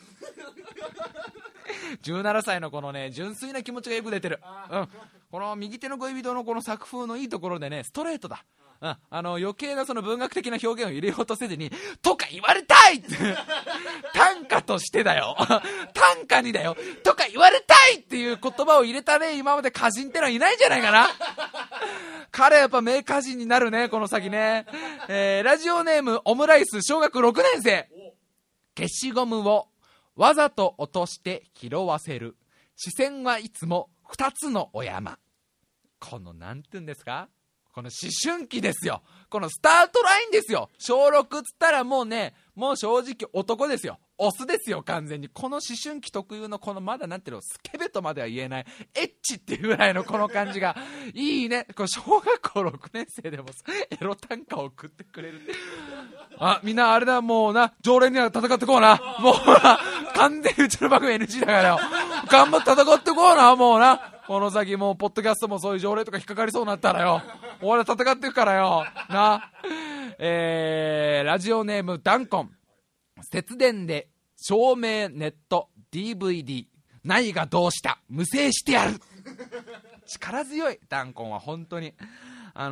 じゅうななさいのこのね純粋な気持ちがよく出てる、うん、この右手の恋人のこの作風のいいところでね、ストレートだ、うん、あの余計なその文学的な表現を入れようとせずにとか言われたいって短歌としてだよ短歌にだよ、とか言われたいっていう言葉を入れたね今まで歌人ってのはいないんじゃないかな彼やっぱ名歌人になるねこの先ね。えー、ラジオネームオムライス小学ろくねん生、消しゴムをわざと落として拾わせる、視線はいつも二つのお山。このなんて言うんですか、この思春期ですよ、このスタートラインですよ。小ろくっつったらもうね、もう正直男ですよ、オスですよ完全に。この思春期特有のこのまだなんていうの、スケベとまでは言えないエッチっていうぐらいのこの感じがいいね。これ小学校ろくねん生でもエロ短歌を送ってくれるあ、みんなあれだ、もうな常連には戦ってこうな、もう完全にうちの番組 エヌジー だからよ、頑張って戦ってこうな、もうなこの先もうポッドキャストもそういう条例とか引っかかりそうになったらよ、俺戦っていくからよな。えー、ラジオネームダンコン、節電で照明ネット ディーブイディー ないがどうした無制してやる力強いダンコンは本当に。あ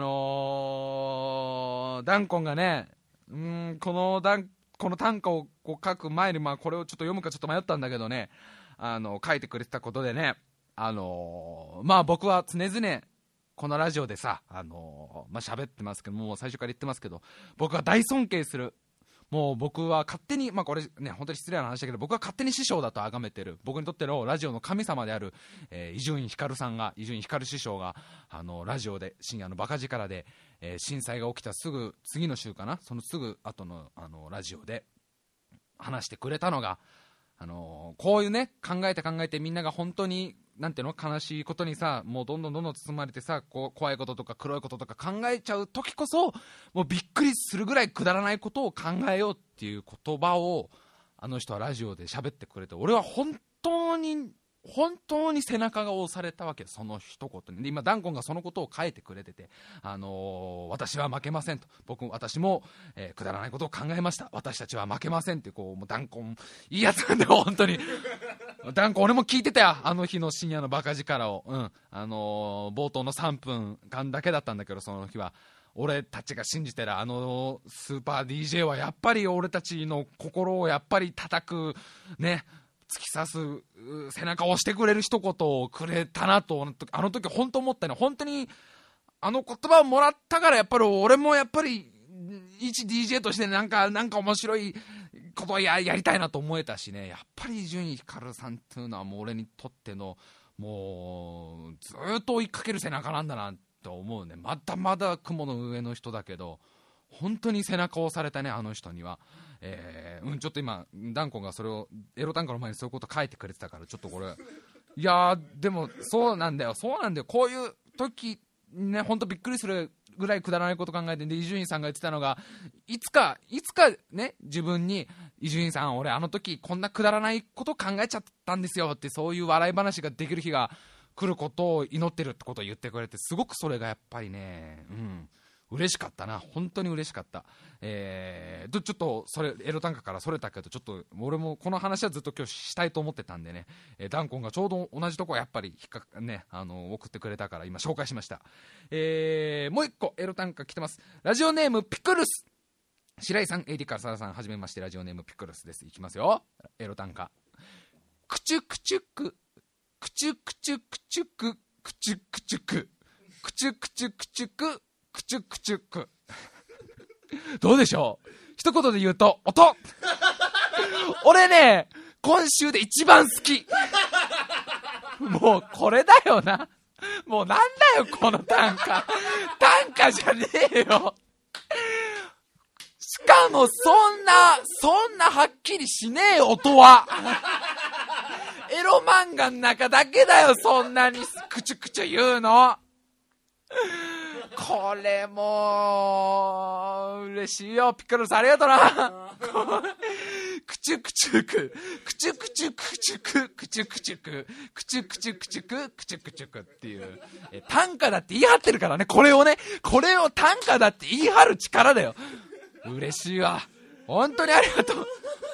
のー、ダンコンがね、うーんこのダンこの短歌をこう書く前に、まあ、これをちょっと読むかちょっと迷ったんだけどね、あの書いてくれてたことでね、あのー、まあ僕は常々このラジオでさ、あのー、まあ喋ってますけども、最初から言ってますけど、僕は大尊敬する、もう僕は勝手に、まあこれね本当に失礼な話だけど、僕は勝手に師匠だと崇めてる、僕にとってのラジオの神様である伊集院光さんが、伊集院光師匠があのラジオで深夜のバカ力で、えー、震災が起きたすぐ次の週かな、そのすぐ後のあのラジオで話してくれたのが、あのー、こういうね考えて考えてみんなが本当になんていうの、悲しいことにさ、もうどんどんどんどん包まれてさ、こう怖いこととか黒いこととか考えちゃう時こそ、もうびっくりするぐらいくだらないことを考えようっていう言葉をあの人はラジオで喋ってくれて、俺は本当に本当に背中が押されたわけ、その一言に。で今ダンコンがそのことを書いてくれてて、あのー、私は負けませんと、僕私も、えー、くだらないことを考えました、私たちは負けませんって、こうもうダンコンいいやつなんだよ本当にダンコン俺も聞いてたよ、あの日の深夜のバカ力を、うん、あのー、冒頭のさんぷんかんだけだったんだけど、その日は俺たちが信じてるあのスーパー ディージェー はやっぱり俺たちの心をやっぱり叩くね、突き刺す背中を押してくれる一言をくれたなと、あの時本当思ったね。本当にあの言葉をもらったから、やっぱり俺もやっぱり一 ディージェー としてなんかなんか面白いことを や, やりたいなと思えたしね、やっぱり伊集院光さんっていうのはもう俺にとってのもうずっと追いかける背中なんだなと思うね。まだまだ雲の上の人だけど本当に背中を押されたね、あの人には。えー、うんちょっと今ダンコンがそれをエロ短歌の前にそういうこと書いてくれてたから、ちょっとこれいやーでもそうなんだよそうなんだよこういう時ね、本当びっくりするぐらいくだらないこと考えて、で伊集院さんが言ってたのが、いつかいつかね自分に伊集院さん俺あの時こんなくだらないこと考えちゃったんですよって、そういう笑い話ができる日が来ることを祈ってるってことを言ってくれて、すごくそれがやっぱりね、うん嬉しかったな、本当に嬉しかった。えー、ちょっとそれエロ短歌からそれたけど、ちょっと俺もこの話はずっと今日したいと思ってたんでね、えー、ダンコンがちょうど同じとこやっぱり引っかか、ね、あの送ってくれたから今紹介しました。えー、もう一個エロ短歌来てます。ラジオネームピクルス、白井さん、エイディカルサラさん、はじめまして、ラジオネームピクルスです。いきますよ、エロ短歌。クチュクチュククチュクチュクチュククチュクチュククチュクチュクチュククチュクチュクどうでしょう、一言で言うと音俺ね、今週で一番好き。もうこれだよな。もうなんだよこの短歌。短歌じゃねえよ。しかもそんなそんなはっきりしねえ音は。エロ漫画の中だけだよ、そんなにクチュクチュ言うの。これもう嬉しいよ。ピッコロさんありがとうな。クチュクチュククチュクチュクチュククチュクチュククチュクチュクチュククチュクチュクっていうえ短歌だって言い張ってるからね。これをねこれを短歌だって言い張る力だよ。嬉しいわ、本当にありがとう。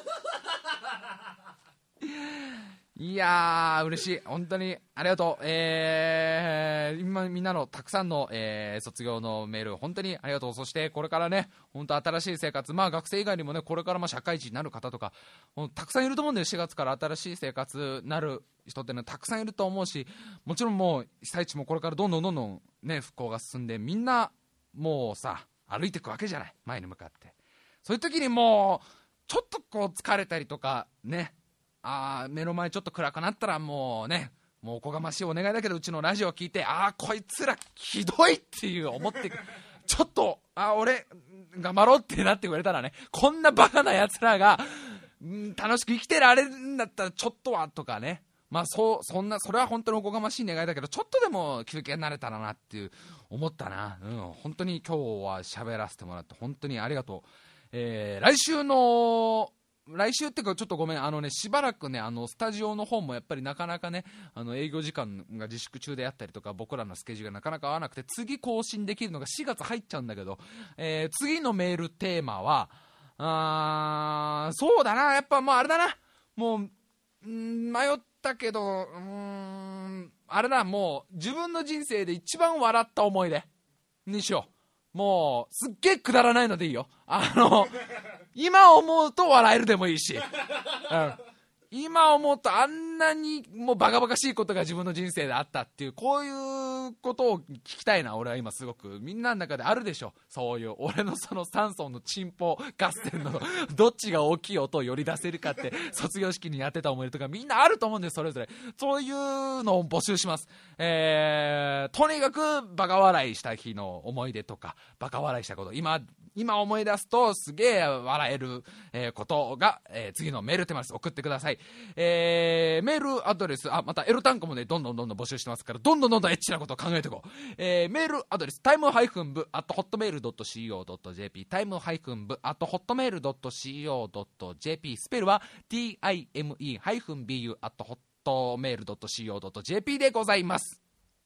いやー嬉しい、本当にありがとう。えー、今みんなのたくさんの、えー、卒業のメール本当にありがとう。そしてこれからね本当新しい生活、まあ学生以外にもねこれからまあ社会人になる方とかたくさんいると思うんで、しがつから新しい生活になる人ってのはたくさんいると思うし、もちろんもう被災地もこれからどんどんどんどんね復興が進んでみんなもうさ歩いていくわけじゃない、前に向かって。そういう時にもうちょっとこう疲れたりとかね、あ目の前ちょっと暗くなったらもうね、もうおこがましいお願いだけどうちのラジオを聞いて、ああこいつらひどいっていう思ってちょっとあ俺頑張ろうってなってくれたらね、こんなバカなやつらがん楽しく生きてられるんだったらちょっとはとかね、まあそうそんなそれは本当におこがましい願いだけどちょっとでも休憩になれたらなっていう思ったな、うん、本当に今日は喋らせてもらって本当にありがとう。えー、来週の来週っていうかちょっとごめん、あのねしばらくねあのスタジオの方もやっぱりなかなかねあの営業時間が自粛中であったりとか僕らのスケジュールがなかなか合わなくて、次更新できるのがしがつ入っちゃうんだけど、えー、次のメールテーマはあーそうだな、やっぱもうあれだな、もうん迷ったけどうーんあれだ、もう自分の人生で一番笑った思い出にしよう。もうすっげえくだらないのでいいよ、あの今思うと笑えるでもいいし、うん、今思うとあんなにもうバカバカしいことが自分の人生であったっていう、こういうことを聞きたいな。俺は今すごくみんなの中であるでしょ、そういう俺のその三層のチンポ合戦のどっちが大きい音をより出せるかって卒業式にやってた思い出とかみんなあると思うんです、それぞれ。そういうのを募集します。えー、とにかくバカ笑いした日の思い出とかバカ笑いしたこと、今今思い出すとすげえ笑える、えー、ことが、えー、次のメールテーマです。送ってください。えー、メールアドレス、あまたエロ単語もねどんどんどんどん募集してますから、どんどんどんどんエッチなことを考えていこう。えー、メールアドレスタイムハイフンブアットホットメールドットシーオードットジェーピー タイムハイフンブアットホットメールドットシーオードットジェーピー スペルは ティーアイエムイーハイフンビーユー アットホットメールドットシーオードットジェーピー でございます。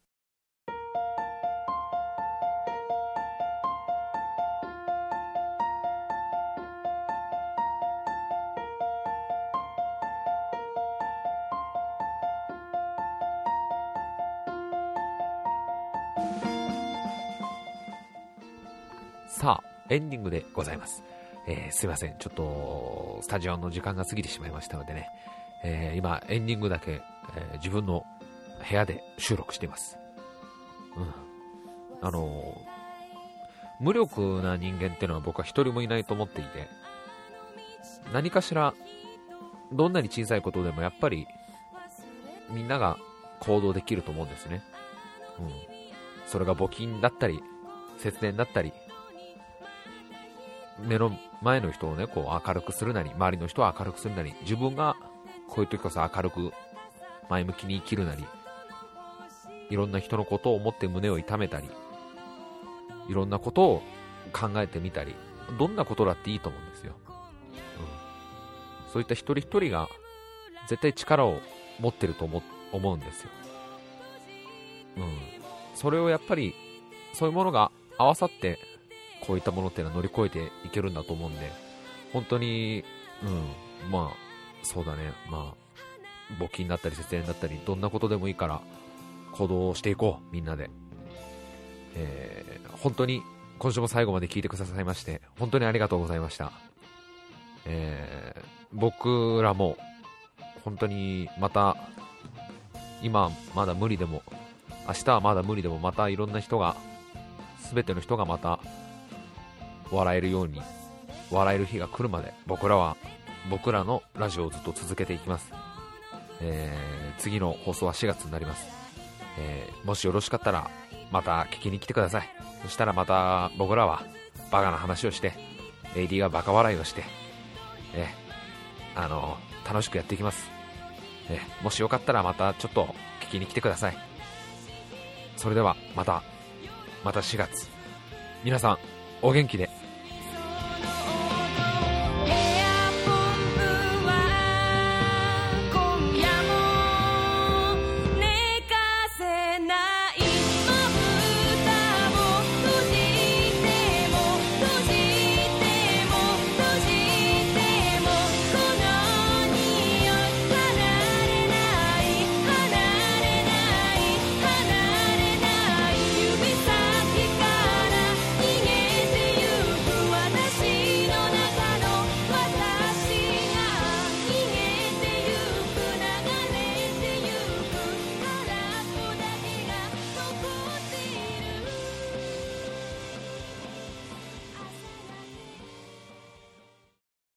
さあエンディングでございます。えー、すいません、ちょっとスタジオの時間が過ぎてしまいましたのでね、えー、今エンディングだけ、えー、自分の部屋で収録しています。うん、あのー、無力な人間っていうのは僕は一人もいないと思っていて、何かしらどんなに小さいことでもやっぱりみんなが行動できると思うんですね。うん、それが募金だったり節電だったり、目の前の人をねこう明るくするなり、周りの人を明るくするなり、自分がこういう時こそ明るく前向きに生きるなり、いろんな人のことを思って胸を痛めたり、いろんなことを考えてみたり、どんなことだっていいと思うんですよ。うん、そういった一人一人が絶対力を持ってると 思, 思うんですよ。うん、それをやっぱりそういうものが合わさってこういったものっていうのは乗り越えていけるんだと思うんで、本当に、うん、まあそうだね、まあ募金だったり節電だったりどんなことでもいいから行動していこう、みんなで。えー、本当に今週も最後まで聞いてくださいまして本当にありがとうございました。えー、僕らも本当にまた今まだ無理でも明日はまだ無理でもまたいろんな人が、全ての人がまた笑えるように笑える日が来るまで僕らは僕らのラジオをずっと続けていきます。えー、次の放送はしがつになります。えー、もしよろしかったらまた聞きに来てください。そしたらまた僕らはバカな話をして、エーディーがバカ笑いをして、えー、あのー、楽しくやっていきます。えー、もしよかったらまたちょっと聞きに来てください。それではまたまたしがつ、皆さんお元気で。